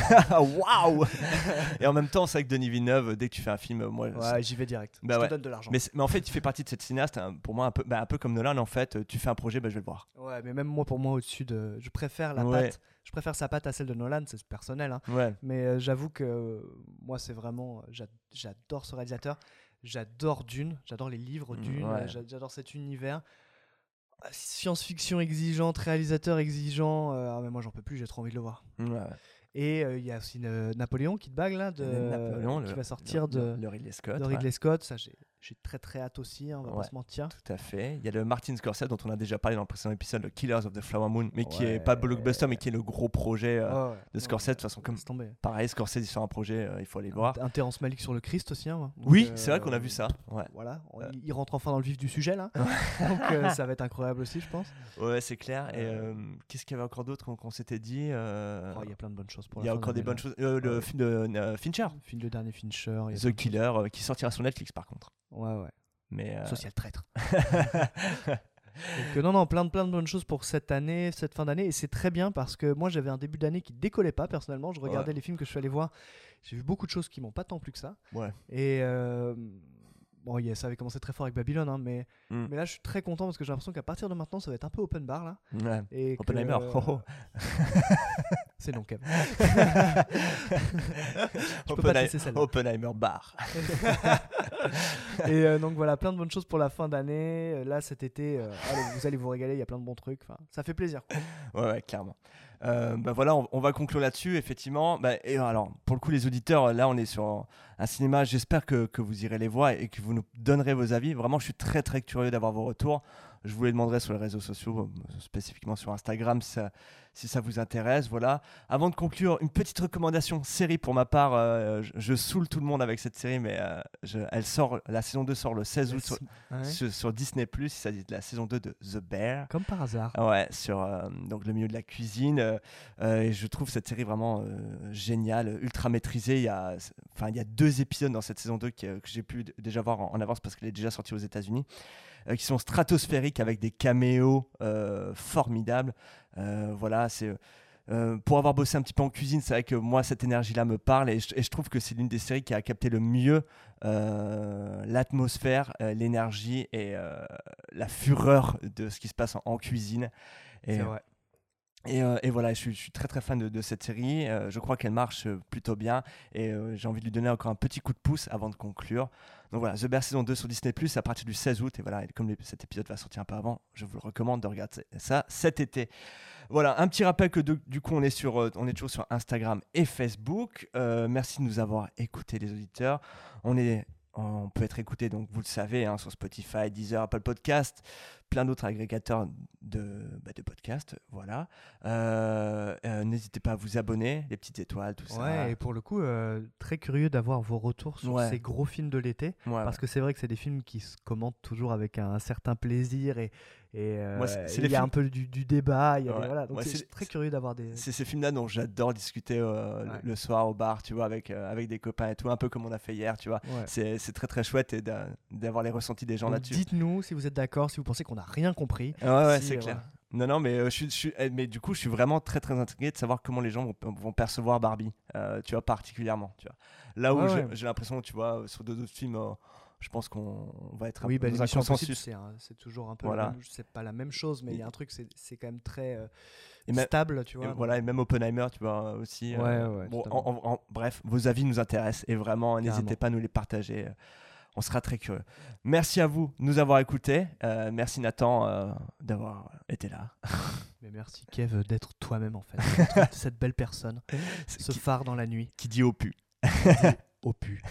Waouh. Et en même temps, c'est vrai que Denis Villeneuve, dès que tu fais un film, moi, Ouais, c'est- j'y vais direct. Bah je ouais. te donne de l'argent. Mais, c'est- mais en fait, il fait partie de cette cinéaste, hein, pour moi, un peu, bah, un peu comme Nolan, en fait. Tu fais un projet, bah, je vais le voir. Ouais, mais même moi, pour moi, au-dessus de. Je préfère la Ouais. patte. Je préfère sa patte à celle de Nolan, c'est personnel. Hein. Ouais. Mais euh, j'avoue que euh, moi, c'est vraiment. j'a- J'adore ce réalisateur. J'adore Dune, j'adore les livres Dune, Ouais. j'a- j'adore cet univers. Science-fiction exigeante, réalisateur exigeant. euh, ah, mais moi, j'en peux plus, j'ai trop envie de le voir. Ouais. Et il euh, y a aussi euh, Napoléon qui te bague là, de, Napoléon, qui le- va sortir le- de, le- le Ridley Scott, de Ridley ouais. Scott. Ça, j'ai, j'ai très très hâte aussi, hein, on va Ouais, pas se mentir. Tout à fait. Il y a le Martin Scorsese dont on a déjà parlé dans le précédent épisode, le Killers of the Flower Moon, mais qui est Ouais. pas blockbuster, mais qui est le gros projet euh, Ouais, ouais. de Scorsese. De toute façon, comme Laisse tomber. pareil, Scorsese sur un projet, euh, il faut aller le voir. Un Terrence Malick sur le Christ aussi. Hein, donc, Oui, euh, c'est vrai qu'on a vu ça. Ouais. Voilà, on- Euh. il rentre enfin dans le vif du sujet là. Donc euh, ça va être incroyable aussi, je pense. Ouais, c'est clair. Et euh, qu'est-ce qu'il y avait encore d'autre qu'on, qu'on s'était dit euh, Oh, il y a plein de bonnes choses pour Il y la a fin encore des d'année, bonnes là. choses. Euh, le Ouais. film de euh, Fincher. Le film de dernier Fincher. il y a plein The de Killer, euh, qui sortira sur Netflix par contre. choses. Ouais, ouais. Mais euh, Social traître. Donc, euh, non, non, plein de, plein de bonnes choses pour cette année, cette fin d'année. Et c'est très bien parce que moi, j'avais un début d'année qui décollait pas personnellement. Je regardais Ouais. les films que je suis allé voir. J'ai vu beaucoup de choses qui m'ont pas tant plu que ça. Ouais. Et euh, bon, yeah, ça avait commencé très fort avec Babylone. Hein, mais, Mm. mais là, je suis très content parce que j'ai l'impression qu'à partir de maintenant, ça va être un peu open bar là. Ouais. Et Oppenheimer. que- Oh, oh. C'est non, Kev. Je peux pas te Oppenheimer, laisser celle-là. Oppenheimer bar. Et euh, donc voilà, plein de bonnes choses pour la fin d'année. Euh, Là, cet été, euh, allez, vous allez vous régaler, il y a plein de bons trucs. Enfin, ça fait plaisir. Quoi. Ouais, ouais, clairement. Euh, bah voilà, on, on va conclure là-dessus, effectivement. Bah, et alors, pour le coup, les auditeurs, là, on est sur un cinéma. J'espère que, que vous irez les voir et que vous nous donnerez vos avis. Vraiment, je suis très, très curieux d'avoir vos retours. Je vous les demanderai sur les réseaux sociaux, euh, spécifiquement sur Instagram, si ça, si ça vous intéresse. Voilà. Avant de conclure, une petite recommandation série pour ma part. Euh, je, je saoule tout le monde avec cette série, mais euh, je, elle sort, la saison deux sort le seize août sur, Ouais. sur, sur Disney plus. Il s'agit de la saison deux de The Bear. Comme par hasard. Ouais, sur euh, donc le milieu de la cuisine. euh, euh, et je trouve cette série vraiment euh, géniale, ultra maîtrisée. Il y a, enfin, il y a deux épisodes dans cette saison deux qui, euh, que j'ai pu d- déjà voir en, en avance parce qu'elle est déjà sortie aux États-Unis, euh, qui sont stratosphériques avec des caméos euh, formidables. Euh, voilà, c'est. Euh, pour avoir bossé un petit peu en cuisine, c'est vrai que moi cette énergie-là me parle et je, et je trouve que c'est l'une des séries qui a capté le mieux euh, l'atmosphère, euh, l'énergie et euh, la fureur de ce qui se passe en, en cuisine. Et, C'est vrai. Et, euh, et voilà, je suis, je suis très très fan de, de cette série. Euh, je crois qu'elle marche euh, plutôt bien et euh, j'ai envie de lui donner encore un petit coup de pouce avant de conclure. Donc voilà, The Bear saison deux sur Disney plus à partir du seize août. Et voilà, et comme les- cet épisode va sortir un peu avant, je vous le recommande de regarder ça cet été. Voilà, un petit rappel que de- du coup on est, sur, euh, on est toujours sur Instagram et Facebook. Euh, merci de nous avoir écoutés les auditeurs. On est On peut être écouté, donc vous le savez, hein, sur Spotify, Deezer, Apple Podcast, plein d'autres agrégateurs de, bah, de podcasts. Voilà. Euh, euh, n'hésitez pas à vous abonner, les petites étoiles, tout ça. Ouais, et pour le coup, euh, très curieux d'avoir vos retours sur Ouais. ces gros films de l'été. Ouais, parce ouais. que c'est vrai que c'est des films qui se commentent toujours avec un, un certain plaisir et, et euh, Moi, c'est- c'est il les y a films- un peu du, du débat. Il y a des- Ouais. voilà, donc Ouais, c'est c'est- très curieux d'avoir des. C'est ces films-là dont j'adore discuter euh, le- Ouais. le soir au bar, tu vois, avec, euh, avec des copains et tout, un peu comme on a fait hier, tu vois. Ouais. C'est, c'est très très chouette et d'a- d'avoir les ressentis des gens Donc là-dessus. dites-nous si vous êtes d'accord, si vous pensez qu'on n'a rien compris. Ouais, ouais, Si, c'est euh, clair. voilà. Non, non, mais, euh, je suis, je suis- eh, mais du coup, je suis vraiment très très intrigué de savoir comment les gens vont, vont percevoir Barbie, euh, tu vois, particulièrement. Tu vois. Là où Ouais, j'ai, ouais. j'ai l'impression, tu vois, sur d'autres autres films, euh, je pense qu'on on va être un Oui, peu bah, dans les un Missions Impossibles, consensus. c'est un- c'est toujours un peu. Voilà. la même- C'est pas la même chose, mais il y a un truc, c'est c'est quand même très euh, Et même- stable, tu et vois. donc- voilà, et même Oppenheimer, tu vois, aussi. Ouais, euh, ouais, bon, totalement. en- en- en- bref, vos avis nous intéressent et vraiment, n'hésitez Carrément. pas à nous les partager. euh, On sera très curieux. Merci à vous de nous avoir écoutés. Euh, merci Nathan euh, d'avoir été là. Mais merci Kev d'être toi-même en fait, d'être cette belle personne, ce qui- phare dans la nuit. Qui dit au pu. Au pu.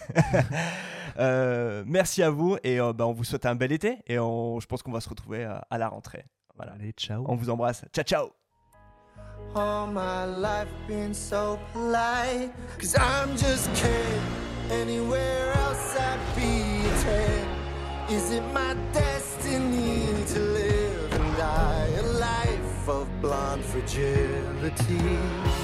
Euh, merci à vous et euh, bah, on vous souhaite un bel été et on- je pense qu'on va se retrouver euh, à la rentrée. Voilà. Allez, ciao. On vous embrasse. Ciao, ciao. All my life been so polite, cause I'm just kid. Anywhere else I'd be a ten. Is it my destiny to live and die a life of blonde fragility?